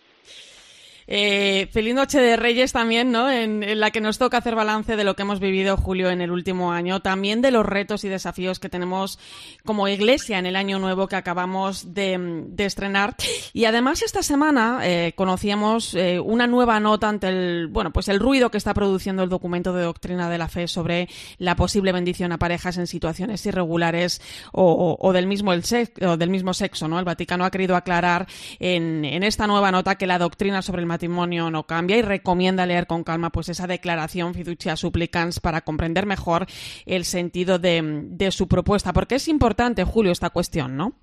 S3: Feliz noche de Reyes también, ¿no? En la que nos toca hacer balance de lo que hemos vivido, Julio, en el último año. También de los retos y desafíos que tenemos como Iglesia en el año nuevo que acabamos de estrenar. Y además esta semana conocíamos una nueva nota ante el ruido que está produciendo el documento de doctrina de la fe sobre la posible bendición a parejas en situaciones irregulares o del mismo sexo, ¿no? El Vaticano ha querido aclarar en esta nueva nota que la doctrina sobre el matrimonio no cambia y recomienda leer con calma pues esa declaración Fiducia Supplicans para comprender mejor el sentido de su propuesta, porque es importante, Julio, esta cuestión, ¿no?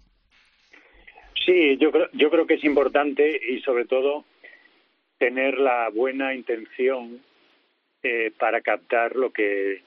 S6: Sí, yo creo que es importante y sobre todo tener la buena intención para captar lo que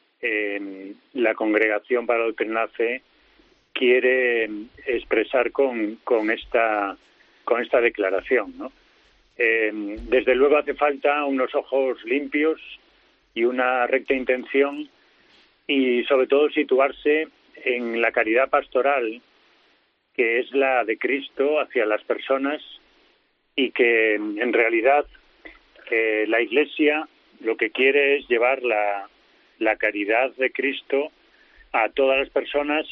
S6: la Congregación para la Doctrina de la Fe quiere expresar con esta declaración, ¿no? Desde luego hace falta unos ojos limpios y una recta intención y sobre todo situarse en la caridad pastoral que es la de Cristo hacia las personas y que en realidad la Iglesia lo que quiere es llevar la caridad de Cristo a todas las personas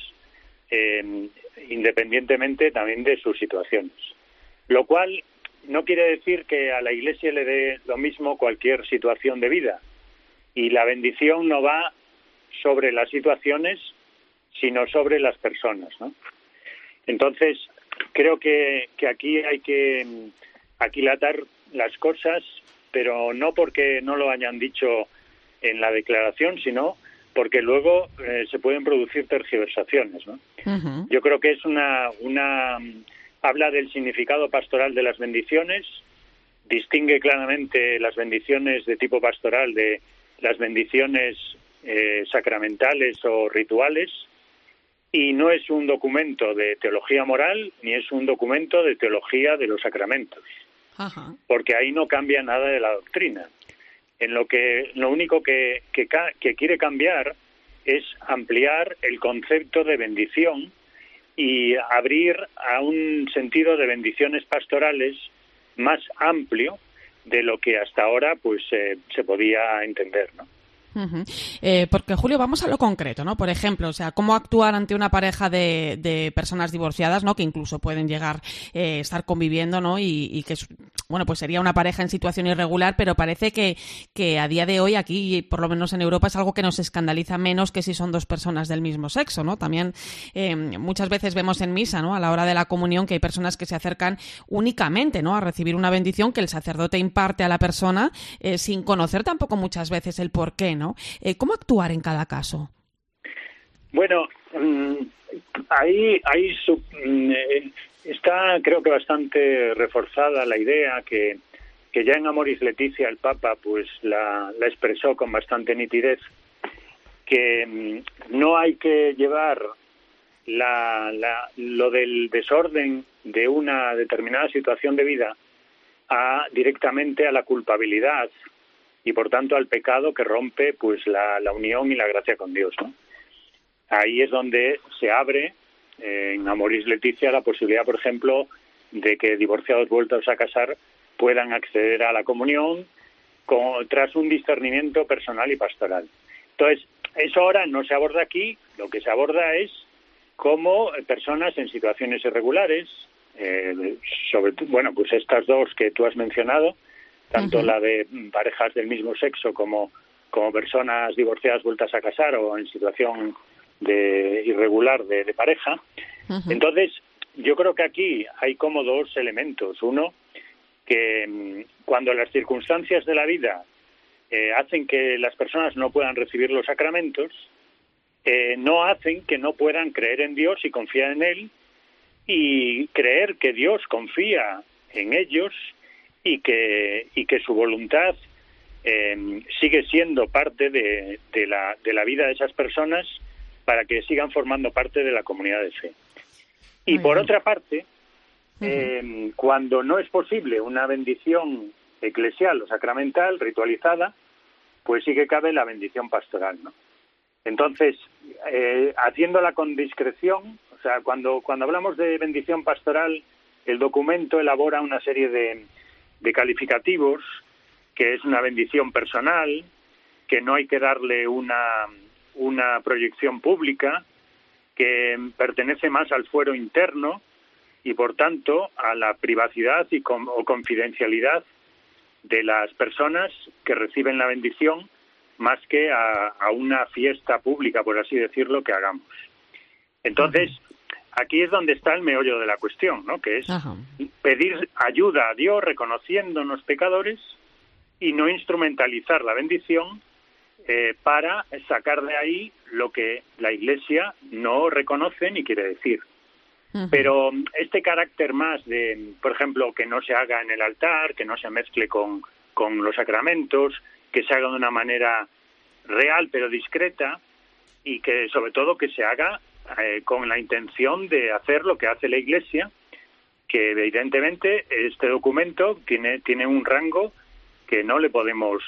S6: independientemente también de sus situaciones, lo cual no quiere decir que a la Iglesia le dé lo mismo cualquier situación de vida. Y la bendición no va sobre las situaciones, sino sobre las personas, ¿no? Entonces, creo que aquí hay que aquilatar las cosas, pero no porque no lo hayan dicho en la declaración, sino porque luego se pueden producir tergiversaciones, ¿no? Uh-huh. Yo creo que es habla del significado pastoral de las bendiciones, distingue claramente las bendiciones de tipo pastoral de las bendiciones sacramentales o rituales, y no es un documento de teología moral ni es un documento de teología de los sacramentos, Ajá. Porque ahí no cambia nada de la doctrina. Lo único que quiere cambiar es ampliar el concepto de bendición y abrir a un sentido de bendiciones pastorales más amplio de lo que hasta ahora pues se podía entender, ¿no?
S3: Uh-huh. Porque, Julio, vamos a lo concreto, ¿no? Por ejemplo, o sea, cómo actuar ante una pareja de personas divorciadas, ¿no? Que incluso pueden llegar a estar conviviendo, ¿no? Y que, bueno, pues sería una pareja en situación irregular, pero parece que a día de hoy aquí, por lo menos en Europa, es algo que nos escandaliza menos que si son dos personas del mismo sexo, ¿no? También muchas veces vemos en misa, ¿no? A la hora de la comunión que hay personas que se acercan únicamente, ¿no? A recibir una bendición que el sacerdote imparte a la persona sin conocer tampoco muchas veces el porqué, ¿no? ¿Cómo actuar en cada caso?
S6: Bueno, ahí está, creo que bastante reforzada la idea que ya en Amoris Laetitia el Papa pues la expresó con bastante nitidez, que no hay que llevar lo del desorden de una determinada situación de vida directamente a la culpabilidad y por tanto al pecado que rompe pues la unión y la gracia con Dios, ¿no? Ahí es donde se abre en Amoris Laetitia la posibilidad, por ejemplo, de que divorciados vueltos a casar puedan acceder a la comunión tras un discernimiento personal y pastoral. Entonces, eso ahora no se aborda aquí, lo que se aborda es cómo personas en situaciones irregulares, pues estas dos que tú has mencionado, tanto la de parejas del mismo sexo como personas divorciadas vueltas a casar o en situación irregular de pareja. Entonces, yo creo que aquí hay como dos elementos. Uno, que cuando las circunstancias de la vida hacen que las personas no puedan recibir los sacramentos, no hacen que no puedan creer en Dios y confiar en Él y creer que Dios confía en ellos y que su voluntad sigue siendo parte de la vida de esas personas para que sigan formando parte de la comunidad de fe. Y por otra parte, cuando no es posible una bendición eclesial o sacramental ritualizada, pues sí que cabe la bendición pastoral, ¿no? Entonces, haciéndola con discreción, o sea, cuando hablamos de bendición pastoral, el documento elabora una serie de calificativos, que es una bendición personal, que no hay que darle una proyección pública, que pertenece más al fuero interno y, por tanto, a la privacidad o confidencialidad de las personas que reciben la bendición, más que a una fiesta pública, por así decirlo, que hagamos. Entonces, aquí es donde está el meollo de la cuestión, ¿no? Que es pedir ayuda a Dios reconociéndonos pecadores y no instrumentalizar la bendición para sacar de ahí lo que la Iglesia no reconoce ni quiere decir. Pero este carácter más de, por ejemplo, que no se haga en el altar, que no se mezcle con los sacramentos, que se haga de una manera real pero discreta y que sobre todo que se haga con la intención de hacer lo que hace la Iglesia, que evidentemente este documento tiene un rango que no le podemos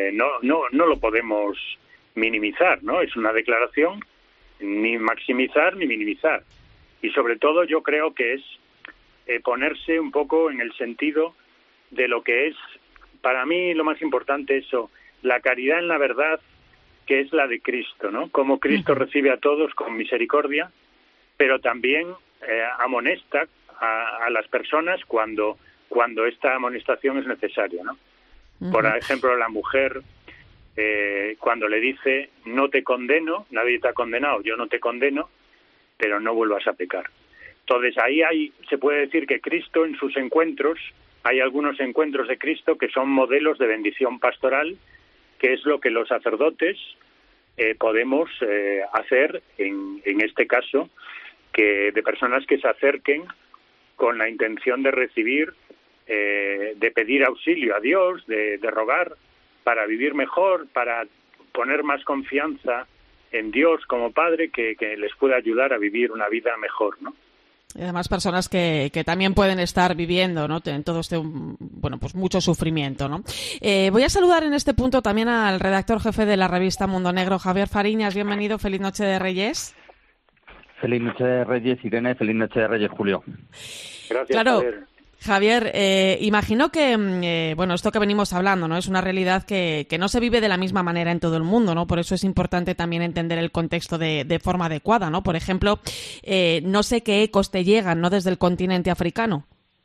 S6: no lo podemos minimizar, ¿no? Es una declaración ni maximizar ni minimizar. Y sobre todo yo creo que es ponerse un poco en el sentido de lo que es, para mí lo más importante eso, la caridad en la verdad, que es la de Cristo, ¿no? Como Cristo recibe a todos con misericordia, pero también amonesta a las personas cuando esta amonestación es necesaria, ¿no? Por ejemplo, la mujer, cuando le dice, no te condeno, nadie te ha condenado, yo no te condeno, pero no vuelvas a pecar. Entonces, ahí se puede decir que Cristo en sus encuentros, hay algunos encuentros de Cristo que son modelos de bendición pastoral, que es lo que los sacerdotes podemos hacer en este caso, que de personas que se acerquen con la intención de recibir, de pedir auxilio a Dios, de rogar para vivir mejor, para poner más confianza en Dios como Padre que les pueda ayudar a vivir una vida mejor, ¿no?
S3: Y además personas que también pueden estar viviendo, ¿no? En todo este, pues mucho sufrimiento, ¿no? Voy a saludar en este punto también al redactor jefe de la revista Mundo Negro, Javier Fariñas. Bienvenido, feliz noche de Reyes.
S7: Feliz noche de Reyes, Irene, feliz noche de Reyes, Julio.
S6: Gracias,
S3: claro.
S6: Javier,
S3: imagino que, esto que venimos hablando, ¿no? Es una realidad que no se vive de la misma manera en todo el mundo, ¿no? Por eso es importante también entender el contexto de forma adecuada, ¿no? Por ejemplo, no sé qué ecos te llegan, ¿no? Desde el continente africano.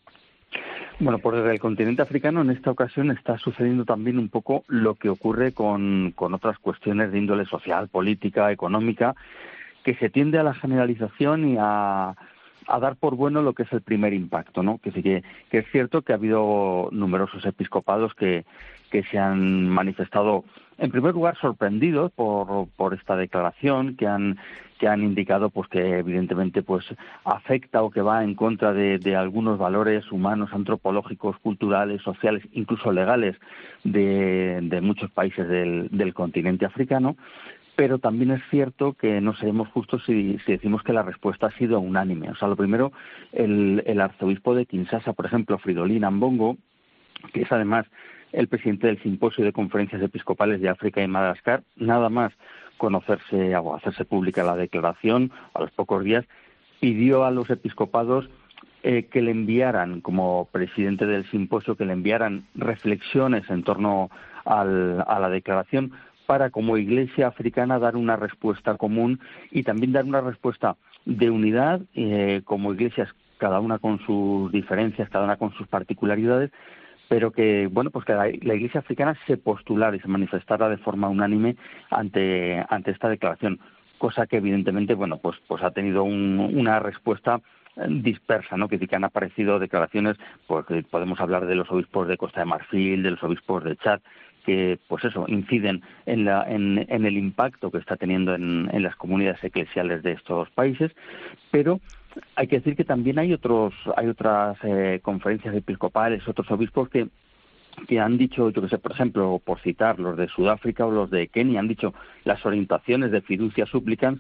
S7: Bueno, pues desde el continente africano en esta ocasión está sucediendo también un poco lo que ocurre con otras cuestiones de índole social, política, económica, que se tiende a la generalización y a dar por bueno lo que es el primer impacto, ¿no? Que sí que es cierto que ha habido numerosos episcopados que se han manifestado, en primer lugar, sorprendidos por esta declaración, que han indicado pues que evidentemente pues afecta o que va en contra de algunos valores humanos, antropológicos, culturales, sociales, incluso legales de muchos países del continente africano. pero también es cierto que no seremos justos si decimos que la respuesta ha sido unánime. O sea, lo primero, el arzobispo de Kinshasa, por ejemplo, Fridolin Ambongo, que es además el presidente del Simposio de Conferencias Episcopales de África y Madagascar, nada más conocerse o hacerse pública la declaración, a los pocos días, pidió a los episcopados que le enviaran, como presidente del simposio, que le enviaran reflexiones en torno a la declaración para, como Iglesia africana, dar una respuesta común y también dar una respuesta de unidad, como iglesias, cada una con sus diferencias, cada una con sus particularidades, pero que, bueno, pues que la Iglesia africana se postulara y se manifestara de forma unánime ante esta declaración, cosa que evidentemente, bueno, pues ha tenido una respuesta dispersa, ¿no? Que han aparecido declaraciones, pues podemos hablar de los obispos de Costa de Marfil, de los obispos de Chad, que, pues eso, inciden en el impacto que está teniendo en las comunidades eclesiales de estos países, pero hay que decir que también hay otras conferencias episcopales, otros obispos que han dicho, yo que sé, por ejemplo, por citar los de Sudáfrica o los de Kenia, han dicho las orientaciones de fiducia supplicans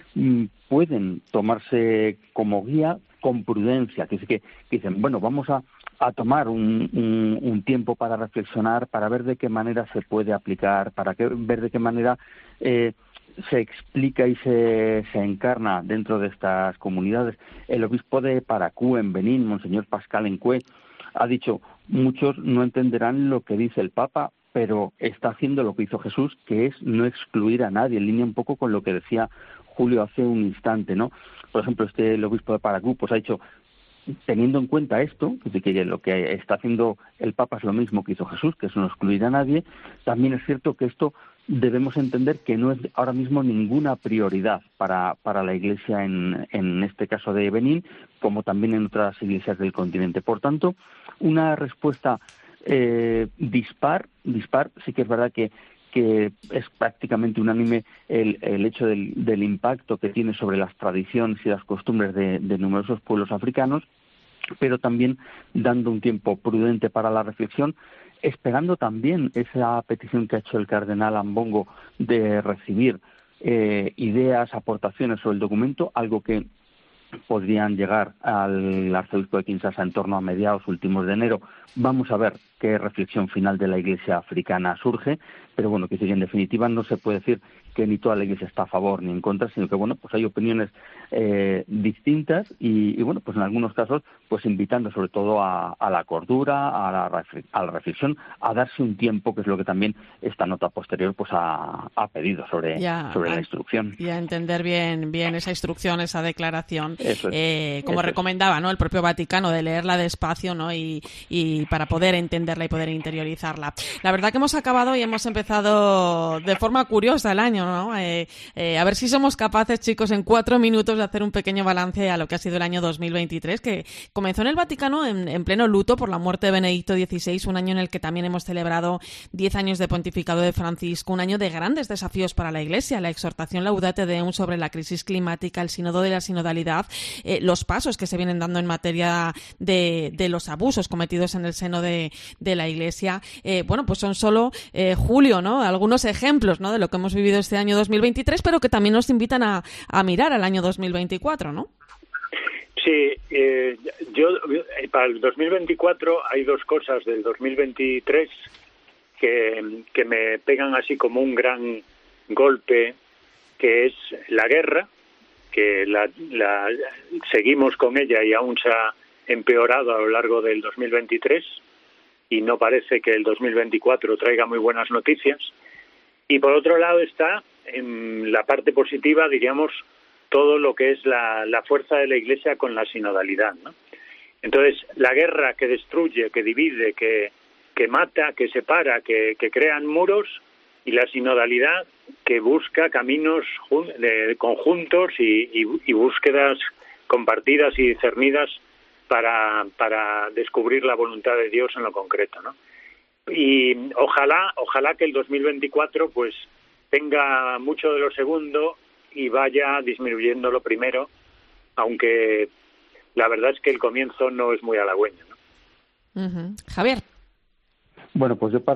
S7: pueden tomarse como guía con prudencia, que dicen, bueno, vamos a tomar un tiempo para reflexionar, para ver de qué manera se puede aplicar, ver de qué manera se explica y se encarna dentro de estas comunidades. El obispo de Paracú, en Benín, Monseñor Pascal Encue, ha dicho, muchos no entenderán lo que dice el Papa, pero está haciendo lo que hizo Jesús, que es no excluir a nadie, en línea un poco con lo que decía Julio hace un instante, ¿no? Por ejemplo, el obispo de Paracú, pues ha dicho, teniendo en cuenta esto, que lo que está haciendo el Papa es lo mismo que hizo Jesús, que es no excluir a nadie, también es cierto que esto debemos entender que no es ahora mismo ninguna prioridad para la Iglesia en este caso de Benín, como también en otras iglesias del continente. Por tanto, una respuesta dispar, sí que es verdad que es prácticamente unánime el hecho del impacto que tiene sobre las tradiciones y las costumbres de numerosos pueblos africanos, pero también dando un tiempo prudente para la reflexión, esperando también esa petición que ha hecho el cardenal Ambongo de recibir ideas, aportaciones sobre el documento, algo que podrían llegar al arzobispo de Kinshasa en torno a mediados últimos de enero. Vamos a ver qué reflexión final de la Iglesia africana surge, pero bueno, que en definitiva no se puede decir que ni toda la Iglesia está a favor ni en contra, sino que bueno, pues hay opiniones distintas y bueno, pues en algunos casos pues invitando sobre todo a la cordura, a la reflexión, a darse un tiempo, que es lo que también esta nota posterior pues ha pedido sobre la instrucción.
S3: Y a entender bien esa instrucción, esa declaración, como
S7: Eso
S3: recomendaba, ¿no?, el propio Vaticano, de leerla despacio, ¿no?, y para poder entenderla y poder interiorizarla. La verdad que hemos acabado y hemos empezado de forma curiosa el año, ¿no? A ver si somos capaces, chicos, en 4 minutos de hacer un pequeño balance a lo que ha sido el año 2023, que comenzó en el Vaticano en pleno luto por la muerte de Benedicto XVI, un año en el que también hemos celebrado 10 años de pontificado de Francisco, un año de grandes desafíos para la Iglesia, la exhortación Laudate Deum sobre la crisis climática, el sínodo de la sinodalidad, los pasos que se vienen dando en materia de los abusos cometidos en el seno de la Iglesia. Bueno, pues son solo, Julio, ¿no?, algunos ejemplos, ¿no?, de lo que hemos vivido este año 2023, pero que también nos invitan a mirar al año 2024, ¿no?
S6: Sí, yo para el 2024 hay dos cosas del 2023 que me pegan así como un gran golpe, que es la guerra, que la seguimos con ella y aún se ha empeorado a lo largo del 2023 y no parece que el 2024 traiga muy buenas noticias. Y por otro lado está en la parte positiva, diríamos, todo lo que es la fuerza de la Iglesia con la sinodalidad, ¿no? Entonces, la guerra que destruye, que divide, que mata, que separa, que crean muros, y la sinodalidad que busca caminos conjuntos y búsquedas compartidas y discernidas para descubrir la voluntad de Dios en lo concreto, ¿no? Y ojalá que el 2024 pues tenga mucho de lo segundo y vaya disminuyendo lo primero, aunque la verdad es que el comienzo no es muy halagüeño, ¿no?
S3: Javier.
S7: Bueno, pues yo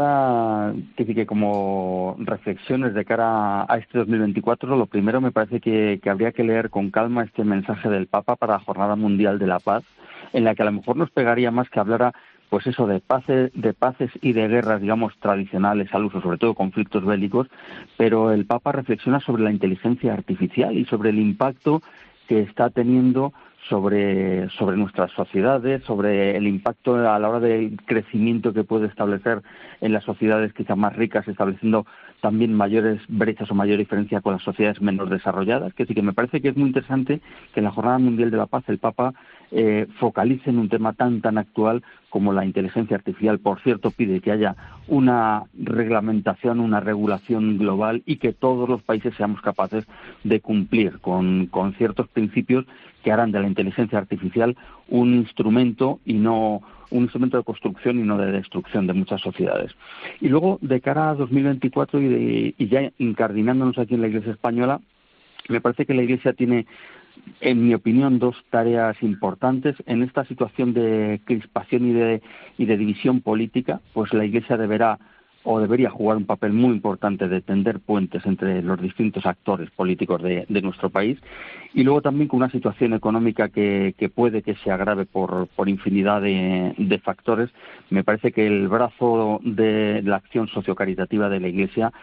S7: que como reflexiones de cara a este 2024, lo primero me parece que habría que leer con calma este mensaje del Papa para la Jornada Mundial de la Paz, en la que a lo mejor nos pegaría más que hablara pues eso de paces y de guerras, digamos, tradicionales al uso, sobre todo conflictos bélicos, pero el Papa reflexiona sobre la inteligencia artificial y sobre el impacto que está teniendo sobre nuestras sociedades, sobre el impacto a la hora del crecimiento que puede establecer en las sociedades quizá más ricas, estableciendo también mayores brechas o mayor diferencia con las sociedades menos desarrolladas, que sí que me parece que es muy interesante que en la Jornada Mundial de la Paz el Papa focalice en un tema tan actual como la inteligencia artificial. Por cierto, pide que haya una reglamentación, una regulación global y que todos los países seamos capaces de cumplir con ciertos principios que harán de la inteligencia artificial un instrumento y no un instrumento de construcción y no de destrucción de muchas sociedades. Y luego, de cara a 2024 y ya incardinándonos aquí en la Iglesia española, me parece que la Iglesia tiene, en mi opinión, dos tareas importantes. En esta situación de crispación y de división política, pues la Iglesia debería jugar un papel muy importante de tender puentes entre los distintos actores políticos de nuestro país, y luego también con una situación económica que puede que se agrave por infinidad de factores. Me parece que el brazo de la acción sociocaritativa de la Iglesia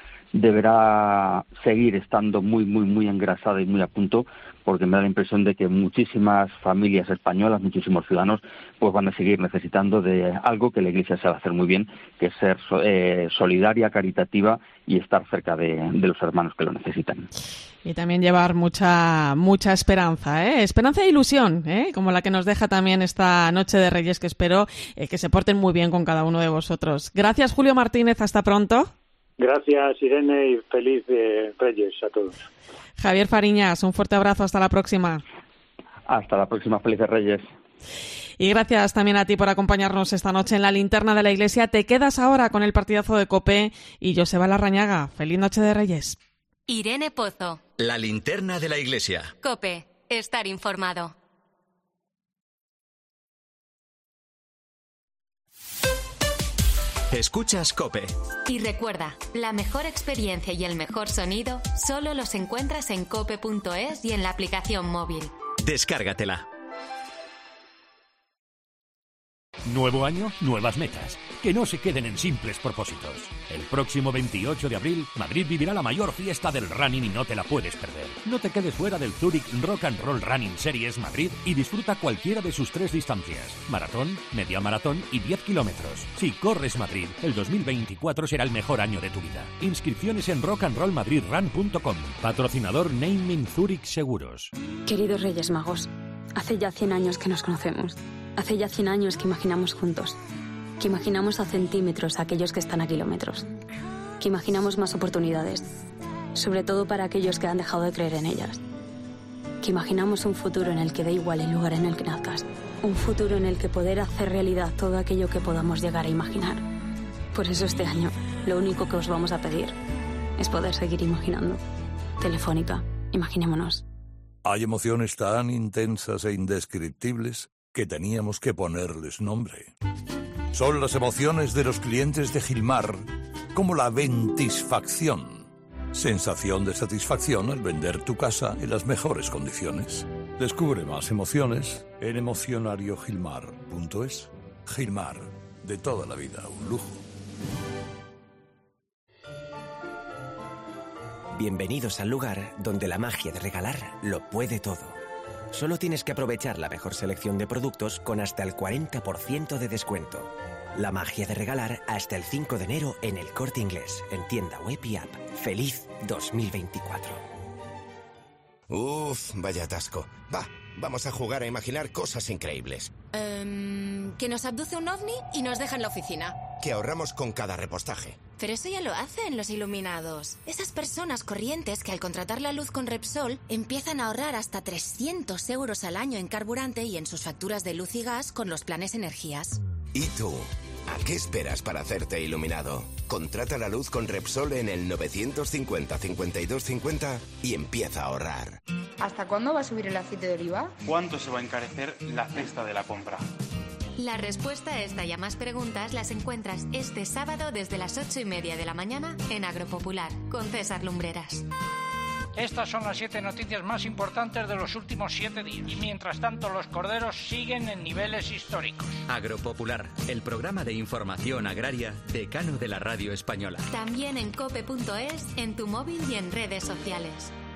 S7: deberá seguir estando muy, muy, muy engrasada y muy a punto, porque me da la impresión de que muchísimas familias españolas, muchísimos ciudadanos, pues van a seguir necesitando de algo que la Iglesia sabe hacer muy bien, que es ser solidaria, caritativa y estar cerca de los hermanos que lo necesitan.
S3: Y también llevar mucha esperanza, esperanza e ilusión, como la que nos deja también esta Noche de Reyes, que espero que se porten muy bien con cada uno de vosotros. Gracias, Julio Martínez, hasta pronto.
S6: Gracias, Irene, y feliz Reyes a todos.
S3: Javier Fariñas, un fuerte abrazo, hasta la próxima.
S7: Hasta la próxima, felices Reyes.
S3: Y gracias también a ti por acompañarnos esta noche en la Linterna de la Iglesia. Te quedas ahora con el partidazo de COPE y Joseba Larrañaga. Feliz Noche de Reyes.
S1: Irene Pozo.
S2: La Linterna de la Iglesia.
S1: COPE. Estar informado.
S2: Escuchas COPE.
S1: Y recuerda, la mejor experiencia y el mejor sonido solo los encuentras en cope.es y en la aplicación móvil.
S2: Descárgatela.
S8: Nuevo año, nuevas metas. Que no se queden en simples propósitos. El próximo 28 de abril, Madrid vivirá la mayor fiesta del running y no te la puedes perder. No te quedes fuera del Zurich Rock and Roll Running Series Madrid y disfruta cualquiera de sus 3 distancias: maratón, media maratón y 10 kilómetros. Si corres Madrid, el 2024 será el mejor año de tu vida. Inscripciones en rockandrollmadridrun.com. Patrocinador Naming Zurich Seguros.
S9: Queridos Reyes Magos, hace ya 100 años que nos conocemos. Hace ya 100 años que imaginamos juntos. Que imaginamos a centímetros a aquellos que están a kilómetros. Que imaginamos más oportunidades. Sobre todo para aquellos que han dejado de creer en ellas. Que imaginamos un futuro en el que da igual el lugar en el que nazcas. Un futuro en el que poder hacer realidad todo aquello que podamos llegar a imaginar. Por eso este año, lo único que os vamos a pedir es poder seguir imaginando. Telefónica, imaginémonos.
S10: Hay emociones tan intensas e indescriptibles que teníamos que ponerles nombre. Son las emociones de los clientes de Gilmar, como la ventisfacción. Sensación de satisfacción al vender tu casa en las mejores condiciones. Descubre más emociones en emocionariogilmar.es. Gilmar, de toda la vida, un lujo.
S11: Bienvenidos al lugar donde la magia de regalar lo puede todo. Solo tienes que aprovechar la mejor selección de productos con hasta el 40% de descuento. La magia de regalar hasta el 5 de enero en El Corte Inglés, en tienda web y app. ¡Feliz 2024!
S12: Uf, vaya atasco. Vamos a jugar a imaginar cosas increíbles.
S26: Que nos abduce un ovni y nos deja en la oficina.
S12: Que ahorramos con cada repostaje.
S26: Pero eso ya lo hacen los iluminados. Esas personas corrientes que al contratar la luz con Repsol empiezan a ahorrar hasta 300 euros al año en carburante y en sus facturas de luz y gas con los planes energías.
S12: ¿Y tú? ¿A qué esperas para hacerte iluminado? Contrata la luz con Repsol en el 950-5250 y empieza a ahorrar.
S27: ¿Hasta cuándo va a subir el aceite de oliva?
S28: ¿Cuánto se va a encarecer la cesta de la compra?
S1: La respuesta a esta y a más preguntas las encuentras este sábado desde las 8:30 de la mañana en Agropopular, con César Lumbreras.
S13: Estas son las 7 noticias más importantes de los últimos 7 días. Y mientras tanto, los corderos siguen en niveles históricos.
S2: Agropopular, el programa de información agraria decano de la radio española.
S1: También en cope.es, en tu móvil y en redes sociales.